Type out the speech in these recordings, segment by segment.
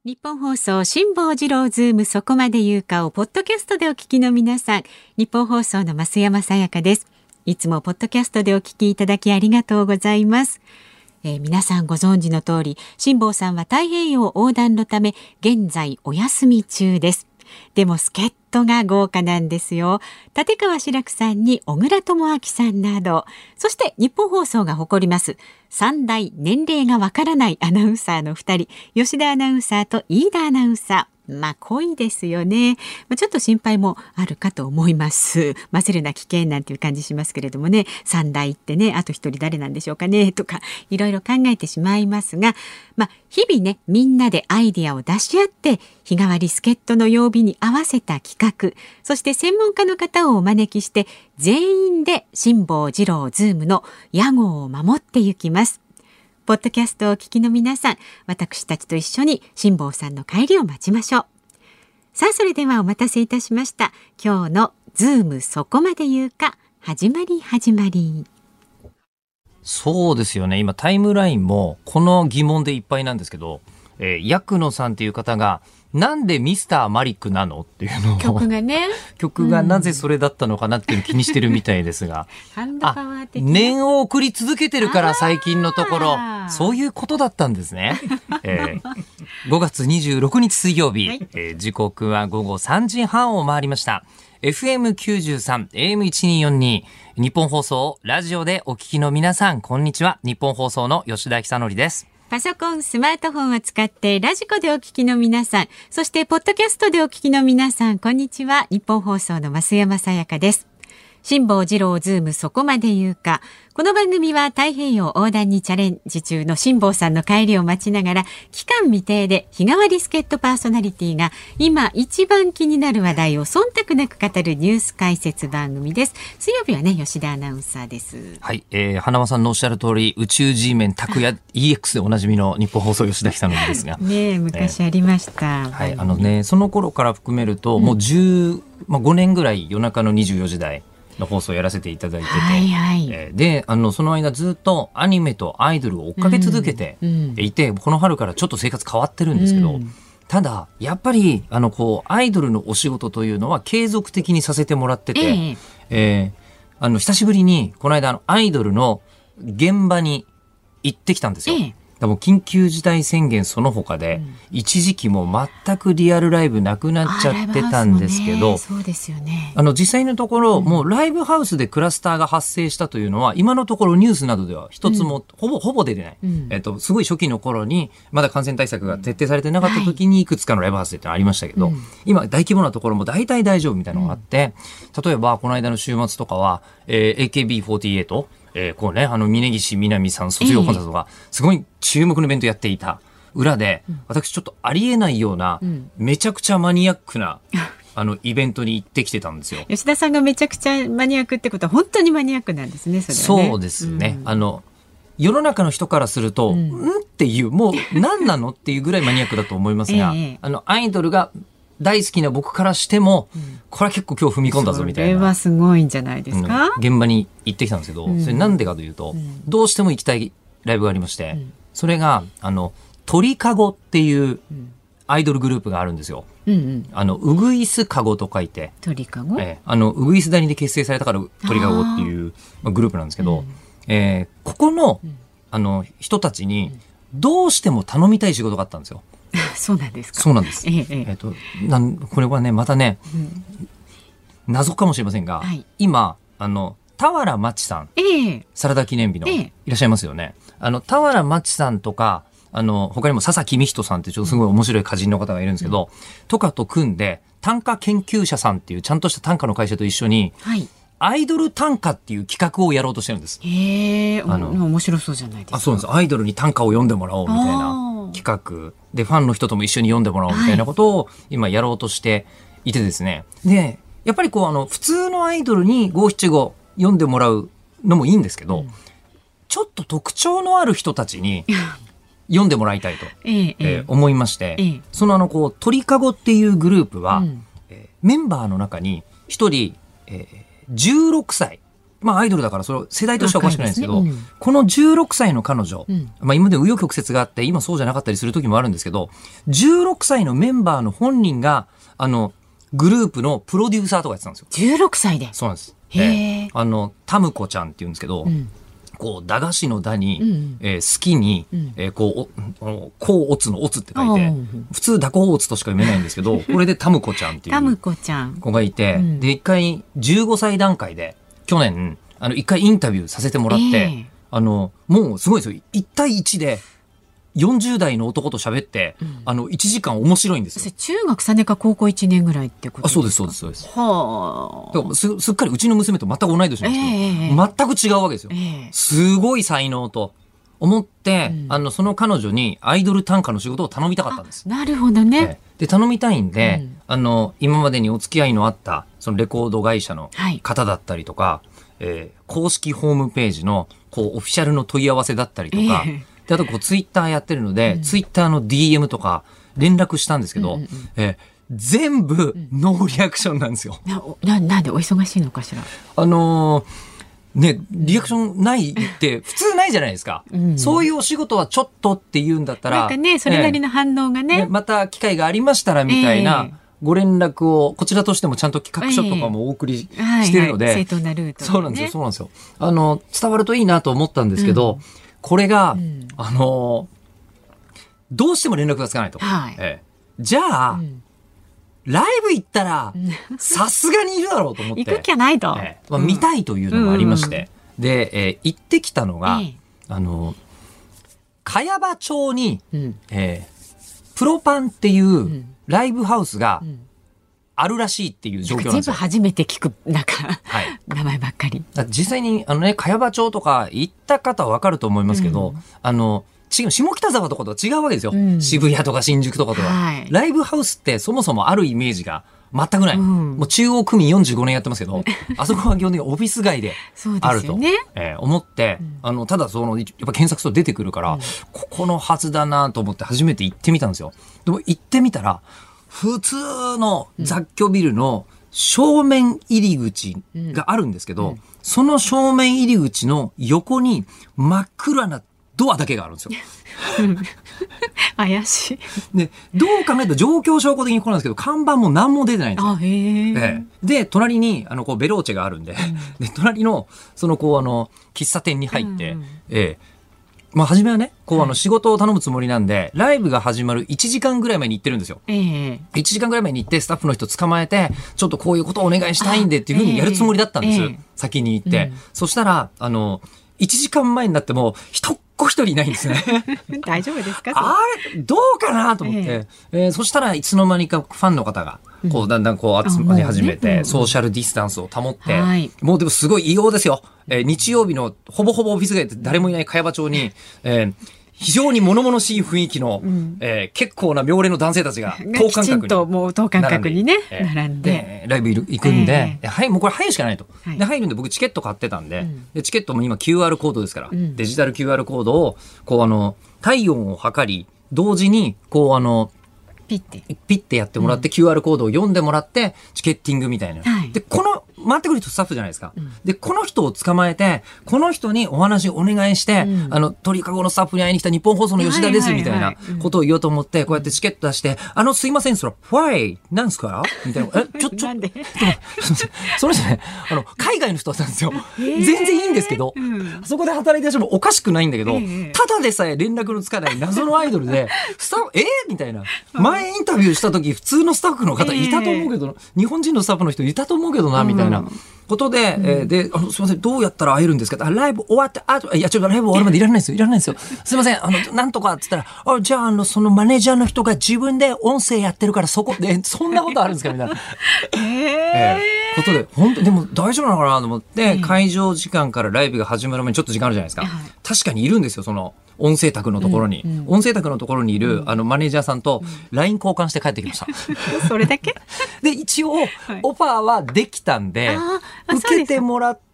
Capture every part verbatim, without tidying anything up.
日本放送辛坊治郎ズームそこまで言うかをポッドキャストでお聞きの皆さん、日本放送の増山さやかです。いつもポッドキャストでお聞きいただきありがとうございます。えー、皆さんご存知の通り、辛坊さんは太平洋横断のため現在お休み中です。でも助っ人が豪華なんですよ。立川志らくさんに小倉智昭さんなど、そして日本放送が誇ります三大年齢がわからないアナウンサーのふたり、吉田アナウンサーと飯田アナウンサー、まあ濃いですよね。まあ、ちょっと心配もあるかと思います。混ぜるな危険なんていう感じしますけれどもね、三大ってね、あと一人誰なんでしょうかねとかいろいろ考えてしまいますが、まあ日々ね、みんなでアイディアを出し合って日替わり助っ人の曜日に合わせた企画、そして専門家の方をお招きして全員で辛坊治郎ズームの屋号を守っていきます。ポッドキャストをお聞きの皆さん、私たちと一緒に辛坊さんの帰りを待ちましょう。さあ、それではお待たせいたしました。今日のズームそこまで言うか、始まり始まり。 そうですよね。今タイムラインもこの疑問でいっぱいなんですけど、えー、薬野さんっていう方がなんでミスターマリックなのっていうのを、 曲がね、 曲がなぜそれだったのかなっていうのを気にしてるみたいですが、 ハンドパワー的な、 念を送り続けてるから最近のところそういうことだったんですね。えー、ごがつにじゅうろくにち水曜日、はい、えー、時刻はごごさんじはんを回りました。 エフエムきゅうじゅうさん エーエムせんにひゃくよんじゅうに 日本放送ラジオでお聞きの皆さん、こんにちは。日本放送の吉田久典です。 パソコン、スマートフォンを使ってラジコでお聞きの皆さん、そしてポッドキャストでお聞きの皆さん、こんにちは。日本放送の増山さやかです。辛坊治郎ズームそこまで言うか。この番組は太平洋横断にチャレンジ中の辛坊さんの帰りを待ちながら、期間未定で日替わり助っ人パーソナリティが今一番気になる話題を忖度なく語るニュース解説番組です。水曜日はね、吉田アナウンサーです。 はい、えー、花輪さんのおっしゃる通り、宇宙 G メン拓也 イーエックス でおなじみの日本放送吉田久典ですがね、昔ありました、えー、 はい、あのね、その頃から含めると、うん、もうじゅうごねんぐらい夜中のにじゅうよじ台の放送をやらせていただいてて、はいはい、えー、であのその間ずっとアニメとアイドルを追っかけ続けていて、うんうん、この春からちょっと生活変わってるんですけど、うん、ただやっぱりあのこうアイドルのお仕事というのは継続的にさせてもらってて、えーえー、あの久しぶりにこの間あのアイドルの現場に行ってきたんですよ。えーでも緊急事態宣言その他で、うん、一時期もう全くリアルライブなくなっちゃってたんですけど、 そうですよね、 あの実際のところ、うん、もうライブハウスでクラスターが発生したというのは今のところニュースなどでは一つも、うん、ほぼほぼ出てない、うん、えっと、すごい初期の頃にまだ感染対策が徹底されてなかった時にいくつかのライブハウスでってのありましたけど、はい、今大規模なところも大体大丈夫みたいなのがあって、うん、例えばこの間の週末とかは、えー、エーケービーフォーティーエイトえー、こうね、あの峯岸みなみさん卒業コンサートがすごい注目のイベントやっていた裏で、うん、私ちょっとありえないような、うん、めちゃくちゃマニアックなあのイベントに行ってきてたんですよ。 吉田さんがめちゃくちゃマニアックってことは本当にマニアックなんですね。それはね、 そうですね、うん、あの世の中の人からすると、うん、んっていう、もう何なのっていうぐらいマニアックだと思いますが、ええ、あのアイドルが大好きな僕からしても、うん、これは結構今日踏み込んだぞみたいな。 それはすごいんじゃないですか、 うん、現場に行ってきたんですけど、うん、それなんでかというと、うん、どうしても行きたいライブがありまして、うん、それがあの鳥かごっていうアイドルグループがあるんですよ。うんうん、あのウグイスかごと書いて鳥かご、 えー、あのウグイス谷で結成されたから鳥かごっていうまあ、グループなんですけど、うん、えー、ここの、うん、あの人たちにどうしても頼みたい仕事があったんですよ。 そうなんですか。 そうなんです。 えええー、となんこれはねまたね、うん、謎かもしれませんが、はい、今あの俵万智さん、ええ、サラダ記念日の、ええ、いらっしゃいますよね。あの俵万智さんとかあの他にも佐々木美人さんってちょっとすごい面白い歌人の方がいるんですけど、うん、とかと組んで短歌研究者さんっていうちゃんとした短歌の会社と一緒に、はい、アイドル短歌っていう企画をやろうとしてるんです。 へー、あの面白そうじゃないですか。 あ、そうなんです。アイドルに短歌を読んでもらおうみたいな企画で、ファンの人とも一緒に読んでもらおうみたいなことを今やろうとしていてですね、はい、でやっぱりこうあの普通のアイドルに五七五読んでもらうのもいいんですけど、うん、ちょっと特徴のある人たちに読んでもらいたいと、えーえー、思いまして、えー、そのあのこう鳥かごっていうグループは、うん、えー、メンバーの中に一人、えー、じゅうろくさい、 まあアイドルだからそれ世代としてはおかしくないんですけど、 若いですねうんこのじゅうろくさいの彼女、 うんまあ今まで紆余曲折があって今そうじゃなかったりする時もあるんですけど、じゅうろくさいのメンバーの本人があのグループのプロデューサーとかやってたんですよ。 じゅうろくさいで。 そうなんです。 へーえーあのタムコちゃんって言うんですけど、 うんこう駄菓子の駄に、 うんえー好きに、 うんえーこうおおこうおつのおつって書いて、 うん普通ダコオツとしか読めないんですけど、これでタムコちゃんっていうタムコちゃん。 子がいて、 うんで一回じゅうごさい段階で去年あの一回インタビューさせてもらって、 ええあのもうすごいですよ。いち対いちでよんじゅう代の男と喋って、 うんあのいちじかん面白いんですよ。 それ中学さんねんか高校いちねんぐらいってことあ、 ですか。 そうですそうですそうです。 はあ。 だからすすっかりうちの娘と全く同い年なんですけど、 ええ全く違うわけですよ。 ええすごい才能と思って、 うんあのその彼女にアイドル短歌の仕事を頼みたかったんです。 なるほどね。 ええで頼みたいんで、 うんあの今までにお付き合いのあったそのレコード会社のはい方だったりとか、えー公式ホームページのこうオフィシャルの問い合わせだったりとか、 ええであとこうツイッターやってるので、 うんツイッターの ディーエム とか連絡したんですけど、 うんうんうんえー全部ノーリアクションなんですよ。 なおななんでお忙しいのかしら。 あのーね、リアクションないって普通ないじゃないですか。 うんそういうお仕事はちょっとって言うんだったら、 なんかねそれなりの反応がね。 ええまた機会がありましたらみたいなええご連絡をこちらとしてもちゃんと企画書とかもお送りしてるので、 はいはい、正当なルートでね、 そうなんですよ、そうなんですよ。あの、伝わるといいなと思ったんですけど、うん、これが、うん、あの、どうしても連絡がつかないと。 はいええ、じゃあ、うん、ライブ行ったら、さすがにいるだろうと思って。 行く気はないと。 ええまあ、見たいというのもありまして。うん、で、えー、行ってきたのが、ええ、あの、茅場町に、うんえー、プロパンっていう、うんライブハウスがあるらしいっていう状況なんですよ。 全部初めて聞くなんか、はい、名前ばっかり。 実際にあのね茅場町とか行った方は分かると思いますけど、うん、あの違う下北沢とかとは違うわけですよ、うん、渋谷とか新宿とかとは、はい、ライブハウスってそもそもあるイメージが全くない、うん、もう中央区民よんじゅうごねんやってますけどあそこは基本的にオフィス街であると、ねえー、思って、うん、あのただそのやっぱ検索すると出てくるから、うん、ここのはずだなと思って初めて行ってみたんですよ。でも行ってみたら普通の雑居ビルの正面入り口があるんですけど、うん、その正面入り口の横に真っ暗なドアだけがあるんですよ。 怪しい。 で、どう考えると状況証拠的にこうなんですけど、看板も何も出てないんですよ。 あ、へー。 ええ、で、隣に、あの、こう、ベローチェがあるんで、うん、で、隣の、その、こう、あの、喫茶店に入って、うん、ええ、まあ、初めはね、こう、あの、仕事を頼むつもりなんで、ライブが始まるいちじかんぐらい前に行ってるんですよ。ええ、いちじかんぐらい前に行って、スタッフの人捕まえて、ちょっとこういうことをお願いしたいんでっていうふうにやるつもりだったんです。ええ、先に行って。うん、そしたら、あの、いちじかんまえになっても、一っ子一人いないんですね。 大丈夫ですか？ あれどうかなと思って、えええー、そしたらいつの間にかファンの方がこうだんだんこう集まり始めて、うんね、ソーシャルディスタンスを保って、はい、もうでもすごい異様ですよ、えー、日曜日のほぼほぼオフィス街で誰もいない茅場町に、えー非常に物々しい雰囲気の、うんえー、結構な妙齢の男性たちが等間隔にきちんともう等間隔にね並んで、 えー、ライブ行くんで、えー、はいもうこれ入るしかないと、はい、で入るんで僕チケット買ってたんで、うん、でチケットも今 キューアール コードですから、うん、デジタル キューアール コードをこうあの体温を測り同時にこうあのピッてピッてやってもらって、うん、キューアール コードを読んでもらってチケッティングみたいな、はい、でこの回ってくる人スタッフじゃないですか、うん、でこの人を捕まえてこの人にお話をお願いして、うん、あの鳥かごのスタッフに会いに来た日本放送の吉田ですみたいなことを言おうと思ってこうやってチケット出してあのすいませんそれファイなんすかみたいなえちょちょその人ねあの海外の人だったんですよ、えー、全然いいんですけど、うん、そこで働いてる人もおかしくないんだけど、えー、ただでさえ連絡のつかない謎のアイドルでスタッフえー、みたいな前インタビューした時普通のスタッフの方いたと思うけど、えー、日本人のスタッフの人いたと思うけどなみたいな、うんことで、うんえー、であのすみませんどうやったら会えるんですかあライブ終わってあいやちょっとライブ終わるまでいらないですよいらないですよすみませんあのなんとかっつったらあじゃああのそのマネージャーの人が自分で音声やってるからそこでそんなことあるんですかみたいなえー、えー、ことで本当でも大丈夫なのかなと思って、えー、会場時間からライブが始まる前にちょっと時間あるじゃないですか、はい、確かにいるんですよその音声卓のところに、うんうん、音声卓のところにいる、うん、あのマネージャーさんと ライン 交換して帰ってきました、 それだけで一応、はい、オファーはできたんで受けてもらっ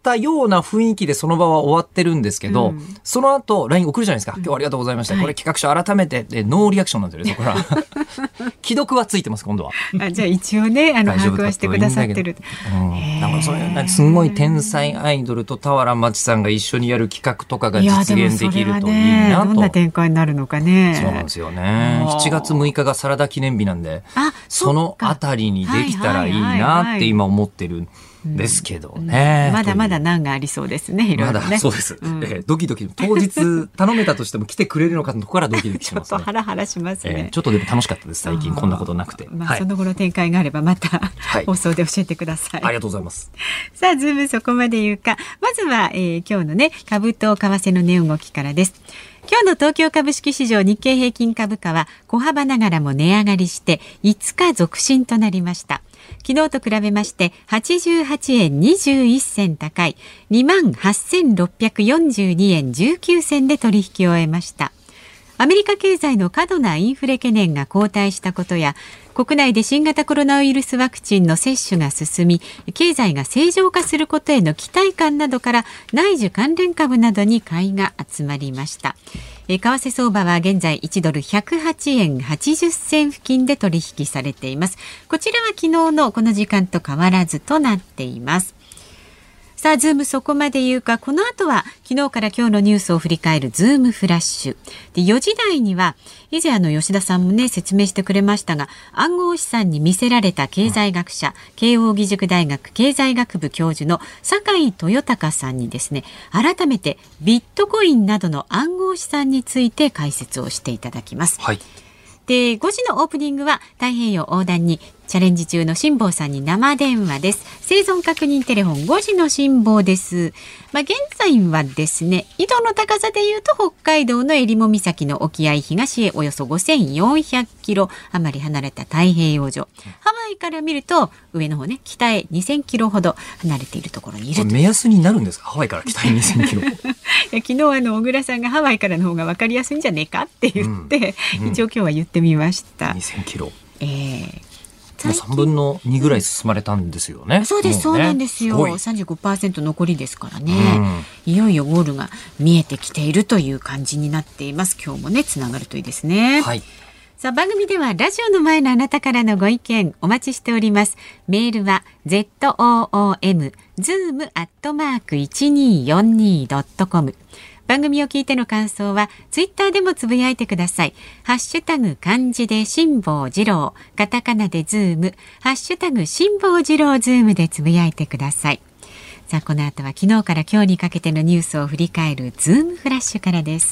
たような雰囲気でその場は終わってるんですけど、うん、その後 ライン 送るじゃないですか、今日はありがとうございました、うん、これ企画書改めてでノーリアクションなんですよね、そこから既読はついてます、今度は。 あ、じゃあ一応ね、あの把握はしてくださってる。 うん、だからそれすごい天才アイドルと俵万智さんが一緒にやる企画とかが実現できるといいなと。 どんな展開になるのかね。 そうなんですよね。しちがつむいかがサラダ記念日なんで、そのあたりにできたらいいなって今思ってるんですけどね、 うん、まだまだ難がありそうですね、いろいろね。 まだそうです、うん、えー、ドキドキ、当日頼めたとしても来てくれるのかのところからドキドキしますね。 ちょっとハラハラしますね、 えー、ちょっとでも楽しかったです、最近こんなことなくて。 まあ、はい、その後の展開があればまた、はい、放送で教えてください。 ありがとうございます。 さあズームそこまで言うか、まずは、えー、今日のね株と為替の値動きからです。今日の東京株式市場日経平均株価は小幅ながらも値上がりしていつか続伸となりました。昨日と比べましてはちじゅうはちえんにじゅういっせん高い にまんはっせんろっぴゃくよんじゅうにえんじゅうきゅうせんで取引を終えました。アメリカ経済の過度なインフレ懸念が後退したことや、国内で新型コロナウイルスワクチンの接種が進み、経済が正常化することへの期待感などから内需関連株などに買いが集まりました。為替相場は現在いちドルひゃくはちえんはちじゅっせん付近で取引されています。こちらは昨日のこの時間と変わらずとなっています。さあズームそこまで言うか、この後は昨日から今日のニュースを振り返るズームフラッシュで、よじ台には以前あの吉田さんもね説明してくれましたが、暗号資産に魅せられた経済学者、慶應義塾大学経済学部教授の酒井豊隆さんにですね、改めてビットコインなどの暗号資産について解説をしていただきます。 はい。 でごじのオープニングは太平洋横断にチャレンジ中の辛坊さんに生電話です。生存確認テレフォンごじの辛坊です。まあ、現在はですね、緯度の高さでいうと北海道の襟裳岬の沖合東へおよそごせんよんひゃくキロ余り離れた太平洋上、ハワイから見ると上の方ね、北へにせんキロほど離れているところにいると。 目安になるんですか、ハワイから北へにせんキロ。 昨日あの小倉さんがハワイからの方が分かりやすいんじゃねえかって言って、うんうん、一応今日は言ってみました。 にせんキロ、 えーもうさんぶんのにぐらい進まれたんですよね。 そうです、そうなんですよ。さんじゅうごパーセント 残りですからね、うん、いよいよゴールが見えてきているという感じになっています。今日もねつながるといいですね。 はい。 さあ番組ではラジオの前のあなたからのご意見お待ちしております。メールは ズーム ズーム アットマーク いちにーよんにー ドットコム。番組を聞いての感想はツイッターでもつぶやいてください。ハッシュタグ漢字で辛坊治郎、カタカナでズーム、ハッシュタグ辛坊治郎ズームでつぶやいてください。さあこの後は昨日から今日にかけてのニュースを振り返るズームフラッシュからです。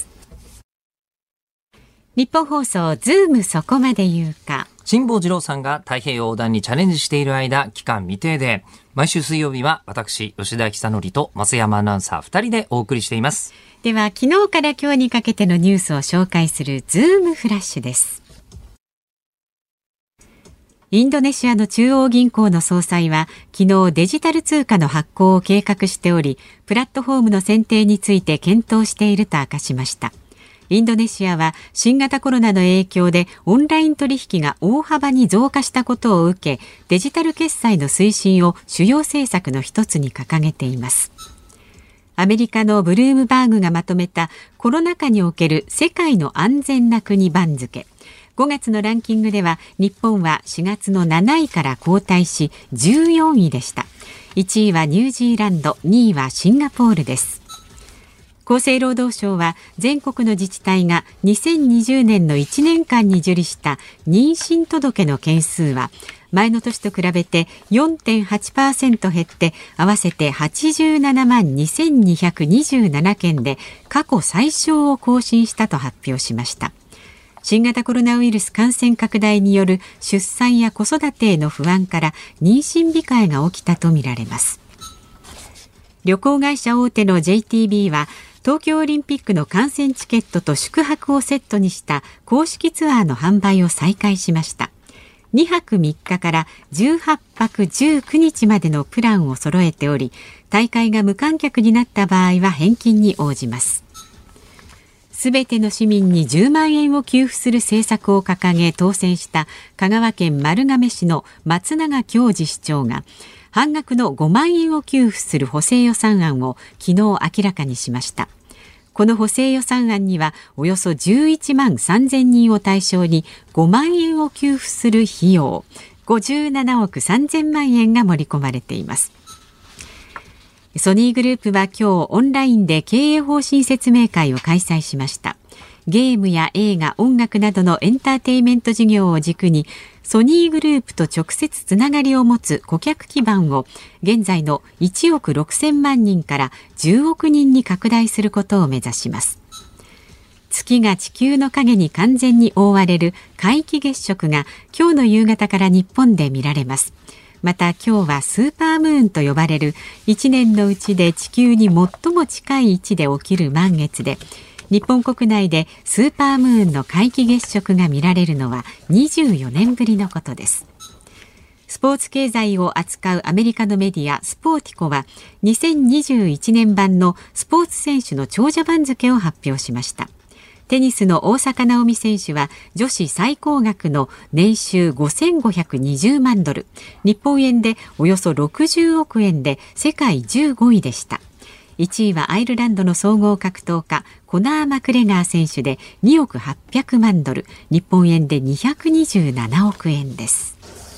日本放送ズームそこまで言うか。 辛坊治郎さんが太平洋横断にチャレンジしている間、期間未定で毎週水曜日は私吉田久典と増山アナウンサーふたりでお送りしています。 では昨日から今日にかけてのニュースを紹介するズームフラッシュです。インドネシアの中央銀行の総裁は昨日デジタル通貨の発行を計画しており、プラットフォームの選定について検討していると明かしました。インドネシアは新型コロナの影響でオンライン取引が大幅に増加したことを受け、デジタル決済の推進を主要政策の一つに掲げています。アメリカのブルームバーグがまとめたコロナ禍における世界の安全な国番付、ごがつのランキングでは日本はしがつのなないから後退しじゅうよんいでした。いちいはニュージーランド、にいはシンガポールです。厚生労働省は全国の自治体がにせんにじゅうねんのいちねんかんに受理した妊娠届の件数は前の年と比べて よんてんはちパーセント 減って合わせてはちじゅうななまんにせんにひゃくにじゅうななけんで過去最少を更新したと発表しました。新型コロナウイルス感染拡大による出産や子育てへの不安から妊娠控えが起きたとみられます。旅行会社大手の ジェイティービー は東京オリンピックの観戦チケットと宿泊をセットにした公式ツアーの販売を再開しました。にはくみっかからじゅうはっぱくじゅうくにちまでのプランを揃えており、大会が無観客になった場合は返金に応じます。 すべての市民にじゅうまんえんを給付する政策を掲げ当選した香川県丸亀市の松永恭二市長が半額のごまんえんを給付する補正予算案を昨日明らかにしました。この補正予算案にはおよそじゅういちまんさんぜんにんを対象にごまんえんを給付する費用ごじゅうななおくさんぜんまんえんが盛り込まれています。ソニーグループは今日オンラインで経営方針説明会を開催しました。ゲームや映画、音楽などのエンターテイメント事業を軸にソニーグループと直接つながりを持つ顧客基盤を現在のいちおくろくせんまんにんからじゅうおくにんに拡大することを目指します。月が地球の影に完全に覆われる皆既月食が今日の夕方から日本で見られます。また今日はスーパームーンと呼ばれるいちねんのうちで地球に最も近い位置で起きる満月で、日本国内でスーパームーンの皆既月食が見られるのはにじゅうよねんぶりのことです。スポーツ経済を扱うアメリカのメディアスポーティコはにせんにじゅういちねん版のスポーツ選手の長者番付を発表しました。テニスの大坂なおみ選手は女子最高額の年収ごせんごひゃくにじゅうまんドル、日本円でおよそろくじゅうおくえんで世界じゅうごいでした。いちいはアイルランドの総合格闘家コナー・マクレガー選手でにおくはっぴゃくまんドル、日本円でにひゃくにじゅうななおくえんです。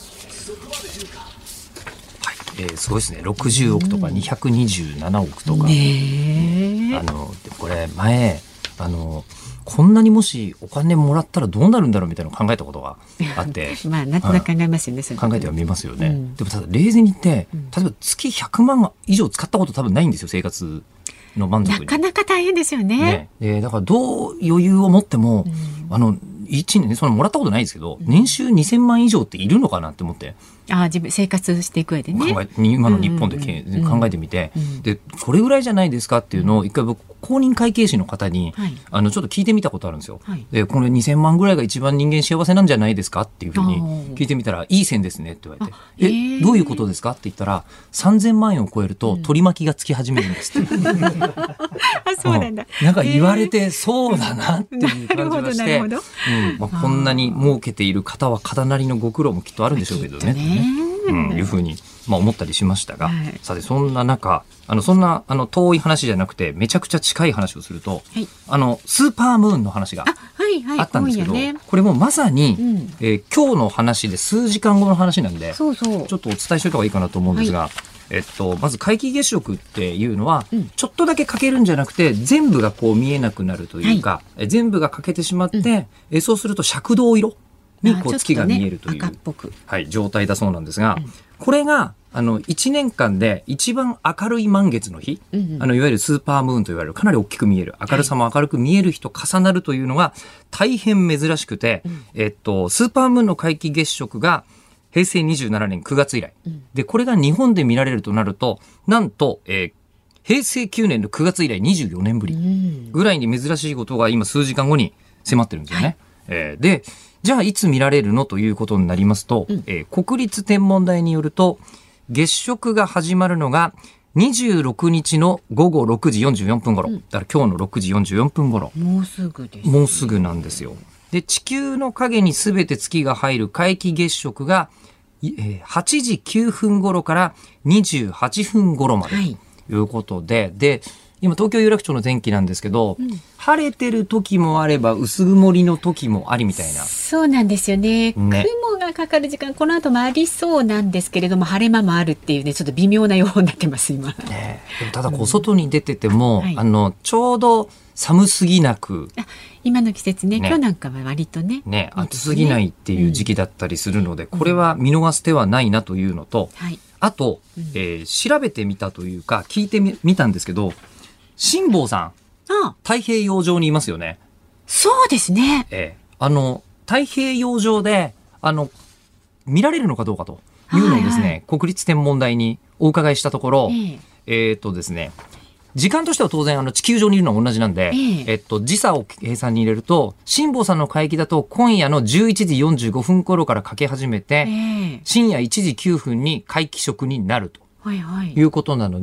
はい、えー、すごいですね。ろくじゅうおくとかにひゃくにじゅうななおくとか、 ね、 あのこれ前あのこんなにもしお金もらったらどうなるんだろうみたいなのを考えたことがあってまあなんとなく考えますよね、 はい、考えてはみますよね、うん、でもただ冷静に言って、うん、例えば月ひゃくまん以上使ったこと多分ないんですよ、生活の満足に。 なかなか大変ですよね。 ね、えー、だからどう余裕を持っても、うん、あのいちねんね、そのもらったことないですけど、うん、年収にせんまん以上っているのかなって思って、 あ、自分生活していく上でね、 考え今の日本で、うんうん、考えてみて、うん、でこれぐらいじゃないですかっていうのを一回僕公認会計士の方に、はい、あのちょっと聞いてみたことあるんですよ、はい、でこれにせんまんぐらいが一番人間幸せなんじゃないですかっていうふうに聞いてみたら、いい線ですねって言われて、えー、どういうことですかって言ったら、さんぜんまんえんを超えると取り巻きがつき始めるんですって、うん、あ、 そうなんだ、 うん、なんか言われてそうだなっていう感じがして、うん、まあ、こんなに儲けている方は方なりのご苦労もきっとあるんでしょうけどね、ね、うん、いうふうに、まあ、思ったりしましたが、はい、さてそんな中、あのそんなあの遠い話じゃなくてめちゃくちゃ近い話をすると、はい、あのスーパームーンの話があったんですけど、はいはい、ね、これもまさに、うん、えー、今日の話で数時間後の話なんで、そうそう、ちょっとお伝えしておいた方がいいかなと思うんですが、はい、えっと、まず皆既月食っていうのは、うん、ちょっとだけ欠けるんじゃなくて全部がこう見えなくなるというか、はい、え全部が欠けてしまって、うん、えそうすると赤銅色にこう月が見えるという、ね、赤っぽく、はい、状態だそうなんですが、うん、これがあのいちねんかんで一番明るい満月の日、うんうん、あのいわゆるスーパームーンといわれるかなり大きく見える、明るさも明るく見える日と重なるというのが大変珍しくて、うん、えっと、スーパームーンの皆既月食がへいせいにじゅうななねんくがつ以来、うん、でこれが日本で見られるとなるとなんと、えー、へいせいきゅうねんのくがつ以来にじゅうよねんぶりぐらいに珍しいことが今数時間後に迫ってるんですよね、はい、えー、でじゃあいつ見られるのということになりますと、うん、えー、国立天文台によると月食が始まるのがにじゅうろくにちのごごろくじよんじゅうよんぷん頃、うん、だから今日のろくじよんじゅうよんぷん頃、 もうすぐです、ね、 もうすぐなんですよ。で地球の影にすべて月が入る皆既月食がはちじきゅうふん頃からにじゅうはちふん頃までということで、はい、で今東京有楽町の天気なんですけど、うん、晴れてる時もあれば薄曇りの時もありみたいな。 そうなんですよ ね, ね雲がかかる時間この後もありそうなんですけれども、晴れ間もあるっていうね、ちょっと微妙な予報になってます今、 ね、でもただこう外に出てても、うん、はい、あのちょうど寒すぎなく、 あ、今の季節 ね, ね今日なんかは割と ね, ね暑すぎないっていう時期だったりするので、うん、これは見逃す手はないなというのと、うん、あと、うん、えー、調べてみたというか聞いてみ, みたんですけど、辛坊さん、ああ、太平洋上にいますよね。 そうですね、 えー、あの太平洋上であの見られるのかどうかというのをですね、はいはい、国立天文台にお伺いしたところ、えー、えー、とですね時間としては当然あの地球上にいるのは同じなんで、えーえっと、時差を計算に入れると辛坊さんの皆既だと今夜のじゅういちじよんじゅうごふん頃からかけ始めて、えー、深夜いちじきゅうふんに皆既食になるということなので、はいはい、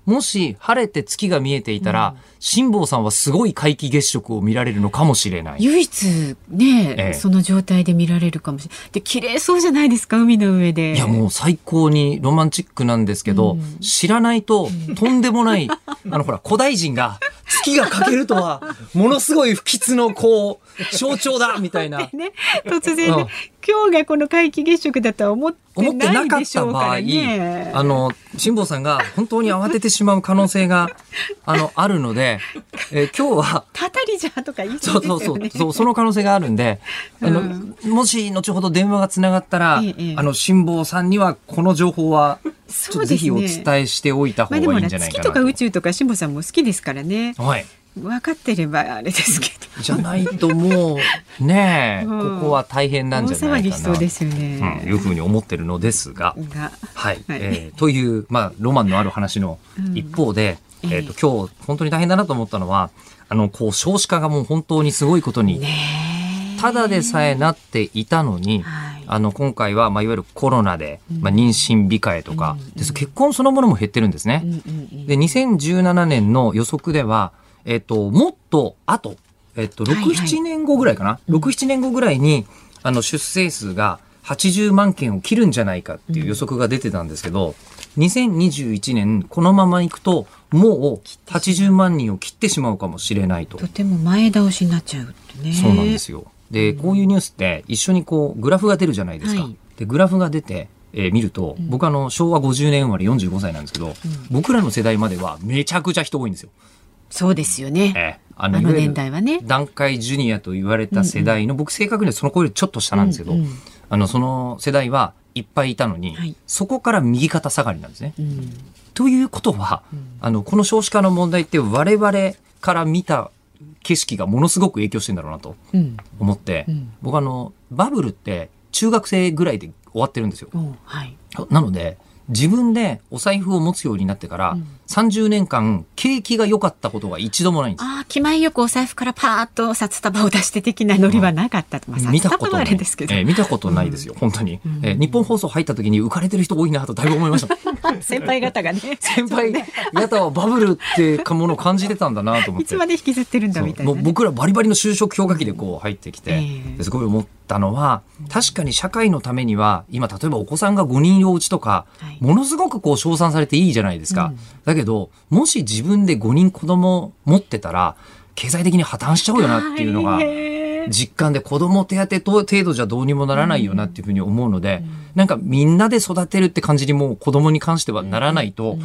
もし晴れて月が見えていたら、うん、辛坊さんはすごい皆既月食を見られるのかもしれない。 唯一ね、ええ、その状態で見られるかもしれない。で、綺麗そうじゃないですか、海の上で。 いや、もう最高にロマンチックなんですけど、うん、知らないととんでもない、あのほら古代人が月が欠けるとはものすごい不吉のこう象徴だみたいな、 ね、突然ね、うん、今日がこの皆既月食だとは思ってないでしょうからね。 あの辛坊さんが本当に慌ててしまう可能性があのあるので、えー、今日はたたりじゃとか言いそうですよね。 そうそうそう、その可能性があるんで、あの、うん、もし後ほど電話がつながったら、ええ、あの辛坊さんにはこの情報はちょっとぜひお伝えしておいた方がいいんじゃないかなと。まあ、でも月とか宇宙とか辛坊さんも好きですからね。 はい。 分かってればあれですけど。 じゃないともうね、うん、ここは大変なんじゃないかな。大騒ぎしそうですよね。うん、いうふうに思ってるのですが、がはい、はい、えー、というまあロマンのある話の一方で、うん、えっと今日本当に大変だなと思ったのは、あのこう少子化がもう本当にすごいことに、ただでさえなっていたのに。はい、あの今回は、まあ、いわゆるコロナで、まあ、妊娠控えとか、うん、です結婚そのものも減ってるんですね。うんうんうん、でにせんじゅうななねんの予測では、えっと、もっとあと、えっと、ろく、ななねんごぐらいかな、はいはい、ろく、ななねんごぐらいにあの出生数がはちじゅうまんけんを切るんじゃないかっていう予測が出てたんですけど、うん、にせんにじゅういちねんこのままいくともうはちじゅうまんにんを切ってしまうかもしれないと。 とても前倒しになっちゃうってね。 そうなんですよ。で、こういうニュースって一緒にこうグラフが出るじゃないですか。はい、でグラフが出て、えー、見ると、うん、僕あの昭和ごじゅうねん生まれよんじゅうごさいなんですけど、うん、僕らの世代まではめちゃくちゃ人多いんですよ。 そうですよね。えー、あの、あの年代はね。 団塊ジュニアと言われた世代の、うんうん、僕正確にはその子よりちょっと下なんですけど、うんうん、あのその世代はいっぱいいたのに、はい、そこから右肩下がりなんですね。うん、ということは、うん、あのこの少子化の問題って我々から見た景色がものすごく影響してるんだろうなと思って、うんうん、僕あのバブルって中学生ぐらいで終わってるんですよ。はい、なので自分でお財布を持つようになってから、うん、さんじゅうねんかん景気が良かったことが一度もないんです。 ああ、気前よくお財布からパーッと札束を出して的なノリはなかったと、まあ、 見たことない、えー、見たことないですよ、うん、本当に、うんえー、日本放送入った時に浮かれてる人多いなとだいぶ思いました先輩方がね先輩方はバブルってものを感じてたんだなと思って、 いつまで引きずってるんだみたいな、ね、 もう僕らバリバリの就職氷河期でこう入ってきて、えー、すごい思ったのは、確かに社会のためには今例えばお子さんがごにんおうちとか、はい、ものすごくこう称賛されていいじゃないですか、うん、だけどもし自分でごにん子供持ってたら経済的に破綻しちゃうよなっていうのが実感で、子供手当程度じゃどうにもならないよなっていうふうに思うので、うん、なんかみんなで育てるって感じにもう子供に関してはならないと、うん、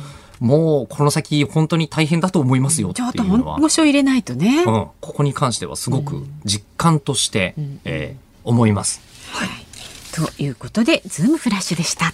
もうこの先本当に大変だと思いますよっていうのは、ちょっと本腰を入れないとね、 うん、ここに関してはすごく実感として、うんえー、思います、 はい、ということでズームフラッシュでした。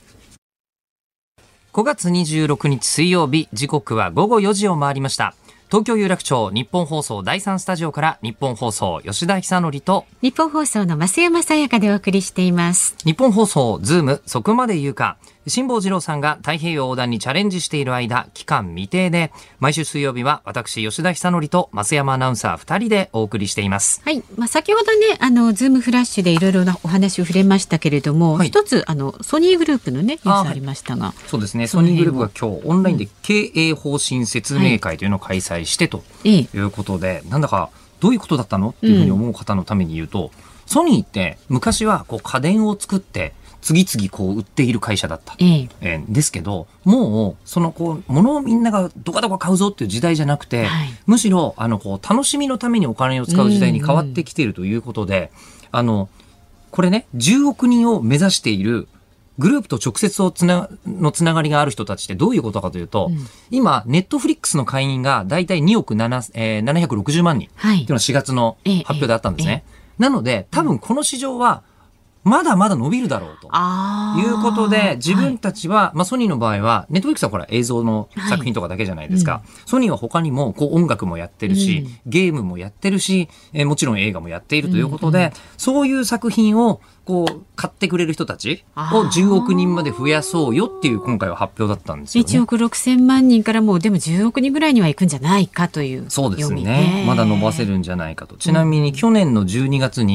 ごがつにじゅうろくにち水曜日、時刻はごごよじを回りました。東京有楽町日本放送だいさんスタジオから日本放送吉田久典と日本放送の増山さやかでお送りしています。 日本放送ズームそこまで言うか。辛坊治郎さんが太平洋横断にチャレンジしている間、期間未定で毎週水曜日は私吉田久典と増山アナウンサーふたりでお送りしています。 はい、まあ、先ほどねあのズームフラッシュでいろいろなお話を触れましたけれども、はい、一つあのソニーグループのねニュースありましたが、はい、 そうですね、ソニーグループが今日オンラインで経営方針説明会というのを開催してということで、はい、なんだかどういうことだったのっていうふうに思う方のために言うと、うん、ソニーって昔はこう家電を作って次々こう売っている会社だった、えええー、ですけど、もうそのこう物をみんながどかどか買うぞっていう時代じゃなくて、はい、むしろあのこう楽しみのためにお金を使う時代に変わってきているということで、うんうん、あのこれねじゅうおくにんを目指しているグループと直接をつなのつながりがある人たちってどういうことかというと、うん、今ネットフリックスの会員がだいたいにおくなな、えー、ななひゃくろくじゅうまんにんっていうのはしがつの発表であったんですね、ええええ、なので多分この市場はまだまだ伸びるだろうということで、自分たちは、はい、まあソニーの場合は、ネットフリックスはほら映像の作品とかだけじゃないですか。はいうん、ソニーは他にもこう音楽もやってるし、うん、ゲームもやってるし、えー、もちろん映画もやっているということで、うんうん、そういう作品をこう買ってくれる人たちをじゅうおくにんまで増やそうよっていう今回は発表だったんですよね。 いちおくろくせんまんにんからもうでもじゅうおくにんぐらいにはいくんじゃないかという。 そうですね。まだ伸ばせるんじゃないかと。ちなみに去年のじゅうにがつに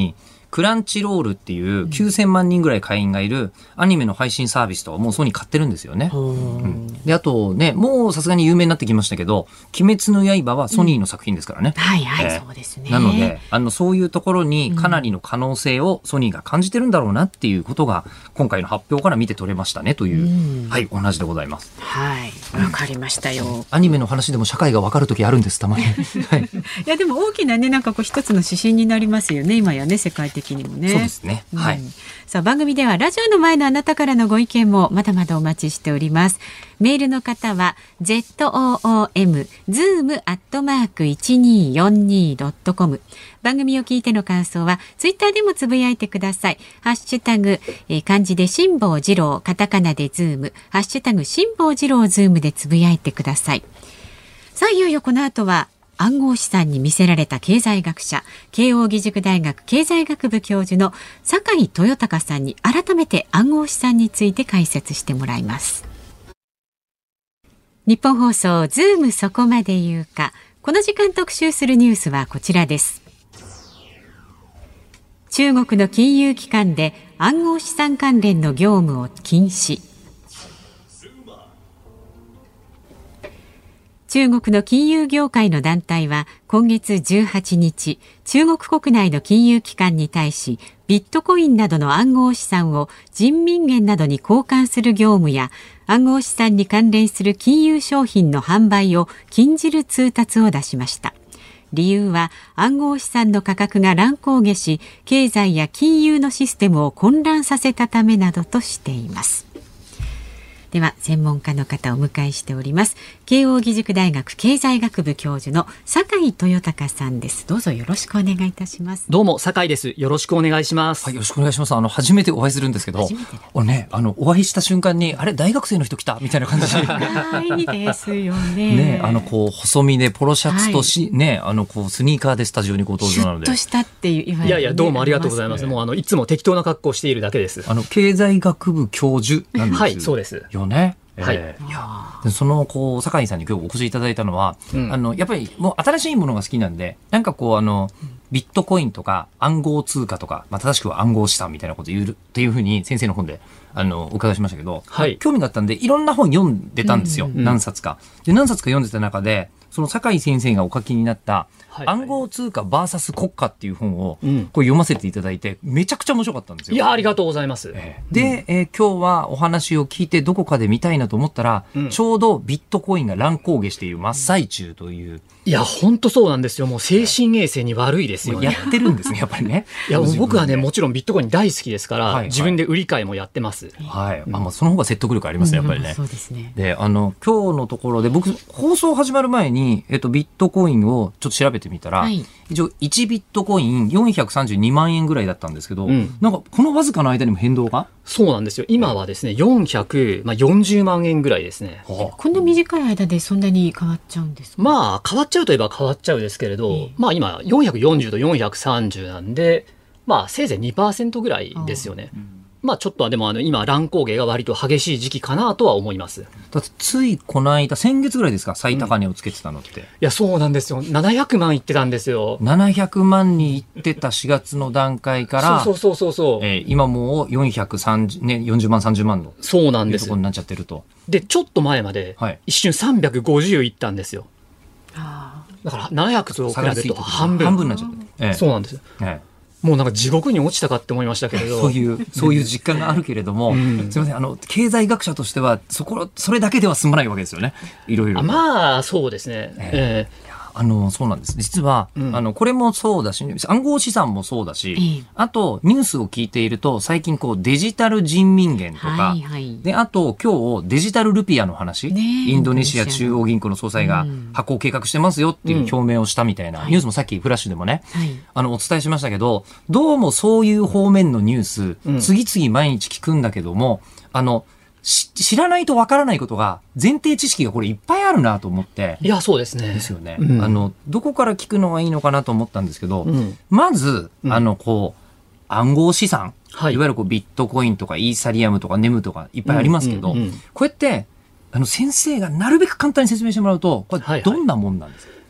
クランチロールっていうきゅうせんまんにんぐらい会員がいるアニメの配信サービスともうソニー買ってるんですよね。うん、であとね、もうさすがに有名になってきましたけど、鬼滅の刃はソニーの作品ですからね。 うん、はいはい、えー、そうですね。 なのであのそういうところにかなりの可能性をソニーが感じてるんだろうなっていうことが今回の発表から見て取れましたねという、うん、はい、お話でございます。 はい、わかりましたよ、うん。 アニメの話でも社会がわかるときあるんです、たまに。はい、 いやでも大きなね、なんかこう一つの指針になりますよね、今やね、世界的にもね。 そうですね、はい、 うん、さあ番組ではラジオの前のあなたからのご意見もまだまだお待ちしております。メールの方は ズーム ズーム アットマーク いちにーよんにー ドットコム、 番組を聞いての感想はツイッターでもつぶやいてください。ハッシュタグ、えー、漢字で辛坊治郎、カタカナでズーム、ハッシュタグ辛坊治郎ズームでつぶやいてください。さあいよいよこの後は暗号資産に魅せられた経済学者、慶應義塾大学経済学部教授の酒井豊隆さんに改めて暗号資産について解説してもらいます。日本放送ズームそこまで言うか。この時間特集するニュースはこちらです。中国の金融機関で暗号資産関連の業務を禁止。中国の金融業界の団体は今月じゅうはちにち、中国国内の金融機関に対し、ビットコインなどの暗号資産を人民元などに交換する業務や、暗号資産に関連する金融商品の販売を禁じる通達を出しました。理由は暗号資産の価格が乱高下し、経済や金融のシステムを混乱させたためなどとしています。では専門家の方をお迎えしております。慶應義塾大学経済学部教授の酒井豊隆さんです。どうぞよろしくお願いいたします。 どうも酒井です。よろしくお願いします。 はい、よろしくお願いします。あの初めてお会いするんですけど、おね、あのお会いした瞬間にあれ大学生の人来たみたいな感じでいいですよね。 ね、あのこう細身でポロシャツとし、はい、ね、あのこうスニーカーでスタジオにご登場なので、 シュッとしたっていう、ね、 いやいやどうもありがとうございます。もうあのいつも適当な格好をしているだけです。 あの経済学部教授なんですはい、そうですよね。 はい、 えー、いやでそのこう酒井さんに今日お越しいただいたのは、うん、あのやっぱりもう新しいものが好きなんで、なんかこうあのビットコインとか暗号通貨とか、まあ、正しくは暗号資産みたいなことを言うっていうふうに先生の本であのお伺いしましたけど、はい、興味があったんでいろんな本読んでたんですよ、うんうん、何冊かで何冊か読んでた中でその酒井先生がお書きになった暗号通貨 ブイエス 国家っていう本をこれ読ませていただいてめちゃくちゃ面白かったんですよ。 いやありがとうございます、 えー、で、えー、今日はお話を聞いてどこかで見たいなと思ったら、うん、ちょうどビットコインが乱高下している真っ最中という。 いや本当そうなんですよ。もう精神衛生に悪いですよね。 やってるんですねやっぱりね。 いや僕はねもちろんビットコイン大好きですから、はいはい、自分で売り買いもやってます。 はい、うん、あまあ、その方が説得力ありますねやっぱりね、うん、 そうですね。 であの今日のところで僕放送始まる前に、えっと、ビットコインをちょっと調べてみたら、はい、一応いちビットコインよんひゃくさんじゅうにまんえんぐらいだったんですけど、うん、なんかこのわずかの間にも変動が。 そうなんですよ。今はですねよんひゃくよんじゅうまんえんぐらいですね。 こんな短い間でそんなに変わっちゃうんですか。 まあ変わっちゃうといえば変わっちゃうですけれど、えー、まあ今よんひゃくよんじゅうとよんひゃくさんじゅうなんで、まあせいぜい にパーセント ぐらいですよね。まあちょっとはでもあの今乱高下が割と激しい時期かなとは思います。 だってついこの間先月ぐらいですか最高値をつけてたのって、うん、いやそうなんですよ。ななひゃくまんいってたんですよ。 ななひゃくまんにいってたしがつの段階からそうそうそうそう、 えー、今もうよんひゃくさんじゅう、ね、よんじゅうまんさんじゅうまんのそうなんですところになっちゃってると。 でちょっと前まで一瞬さんびゃくごじゅういったんですよ、 はい、 だからななひゃくと比べると半分半分になっちゃって、ええ、 そうなんですよ、ええもうなんか地獄に落ちたかって思いましたけれどそういうそういう実感があるけれども、うん、すみませんあの経済学者としてはそこそれだけでは済まないわけですよね。いろいろ。 まあそうですね、えええあのそうなんです実は、うん、あのこれもそうだし暗号資産もそうだし、うん、あとニュースを聞いていると最近こうデジタル人民元とか、はいはい、であと今日デジタルルピアの話、ね、インドネシア中央銀行の総裁が発行計画してますよっていう表明をしたみたいな、うん、ニュースもさっきフラッシュでもね、はい、あのお伝えしましたけどどうもそういう方面のニュース、うん、次々毎日聞くんだけどもあの知らないとわからないことが前提知識がこれいっぱいあるなと思って。 いやそうですね。 ですよね、うん、あのどこから聞くのがいいのかなと思ったんですけど、うん、まず、うん、あのこう暗号資産、はい、いわゆるこうビットコインとかイーサリアムとかネムとかいっぱいありますけど、うんうんうん、こうやってあの先生がなるべく簡単に説明してもらうとこれどんなもんなんですか。はいはい、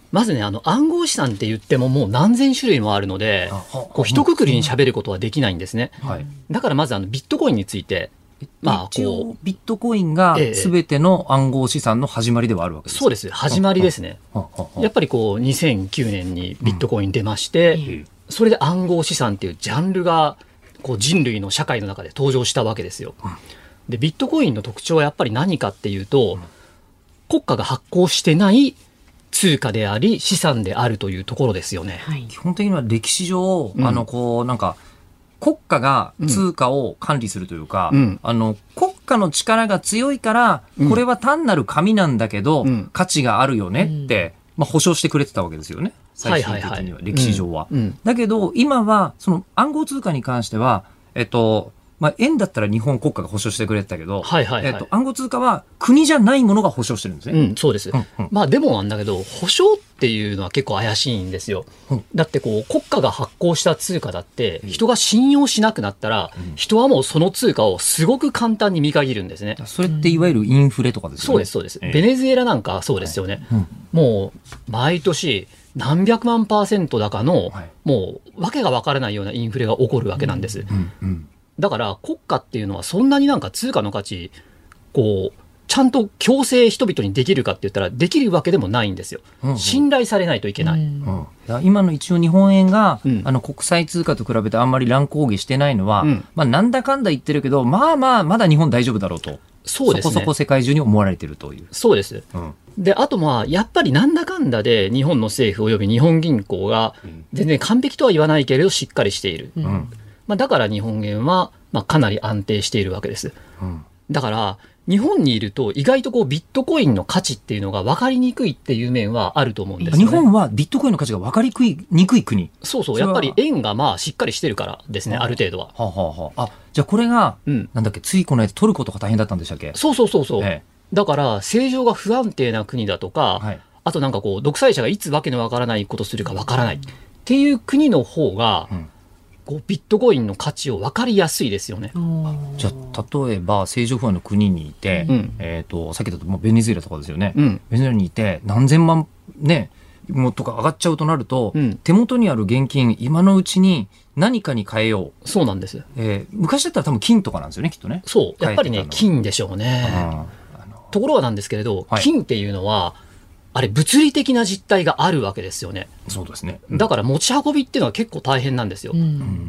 まずね、あの暗号資産って言ってももう何千種類もあるので、こう一括りに喋ることはできないんですね。はい、だからまずあのビットコインについて、 まあ、一応ビットコインが全ての暗号資産の始まりではあるわけですか。 そうです、始まりですね。やっぱりこうにせんきゅうねんにビットコイン出まして、うん、それで暗号資産っていうジャンルがこう人類の社会の中で登場したわけですよ。でビットコインの特徴はやっぱり何かっていうと、うん、国家が発行してない通貨であり資産であるというところですよね。 はい、基本的には歴史上、うん、あのこうなんか国家が通貨を管理するというか、うん、あの国家の力が強いから、うん、これは単なる紙なんだけど、うん、価値があるよねって、まあ、保証してくれてたわけですよね、最終的には、はいはいはい、歴史上は、うんうん、だけど今はその暗号通貨に関しては、えっとまあ、円だったら日本国家が保証してくれてたけど、はいはいはい、えっと、暗号通貨は国じゃないものが保証してるんですね。 うん、そうです、うんうん、まあでもなんだけど保証っていうのは結構怪しいんですよ、うん、だってこう国家が発行した通貨だって人が信用しなくなったら、うん、人はもうその通貨をすごく簡単に見限るんですね。 それっていわゆるインフレとかですよね。 そうですそうです、えー、ベネズエラなんかそうですよね、はい、うん、もう毎年何百万パーセント高の、はい、もうわけがわからないようなインフレが起こるわけなんです、うんうんうん、だから国家っていうのはそんなになんか通貨の価値こうちゃんと強制人々にできるかって言ったらできるわけでもないんですよ、うんうん、信頼されないといけない、うんうん、今の一応日本円が、うん、あの国際通貨と比べてあんまり乱高下してないのは、うん、まあ、なんだかんだ言ってるけどまあまあまだ日本大丈夫だろうと。そうですね、そこそこ世界中に思われているという。 そうです、うん、であとまあやっぱりなんだかんだで日本の政府および日本銀行が全然完璧とは言わないけれどしっかりしている、うん、まあ、だから日本円はまあかなり安定しているわけです、うん、だから日本にいると意外とこうビットコインの価値っていうのが分かりにくいっていう面はあると思うんですよね。 日本はビットコインの価値が分かりにくい国。 そうそう、やっぱり円がまあしっかりしてるからですね、ある程度は。 はあはあはあ、あ、じゃあこれが、うん、なんだっけ、ついこの間トルコとか大変だったんでしたっけ。 そうそうそうそう、ええ、だから政情が不安定な国だとか、はい、あとなんかこう独裁者がいつわけのわからないことするかわからないっていう国の方が、うん、こうビットコインの価値を分かりやすいですよね。 じゃあ例えば政情不安の国にいて、うん、えー、とさっきだともうベネズエラとかですよね、うん、ベネズエラにいて何千万ねもとか上がっちゃうとなると、うん、手元にある現金今のうちに何かに変えよう。そうなんです、 えー、昔だったら多分金とかなんですよねきっとね。 そうやっぱりね金でしょうね。ああのところがなんですけれど、はい、金っていうのはあれ物理的な実態があるわけですよね。 そうですね、 うん、だから持ち運びっていうのは結構大変なんですよ、うん、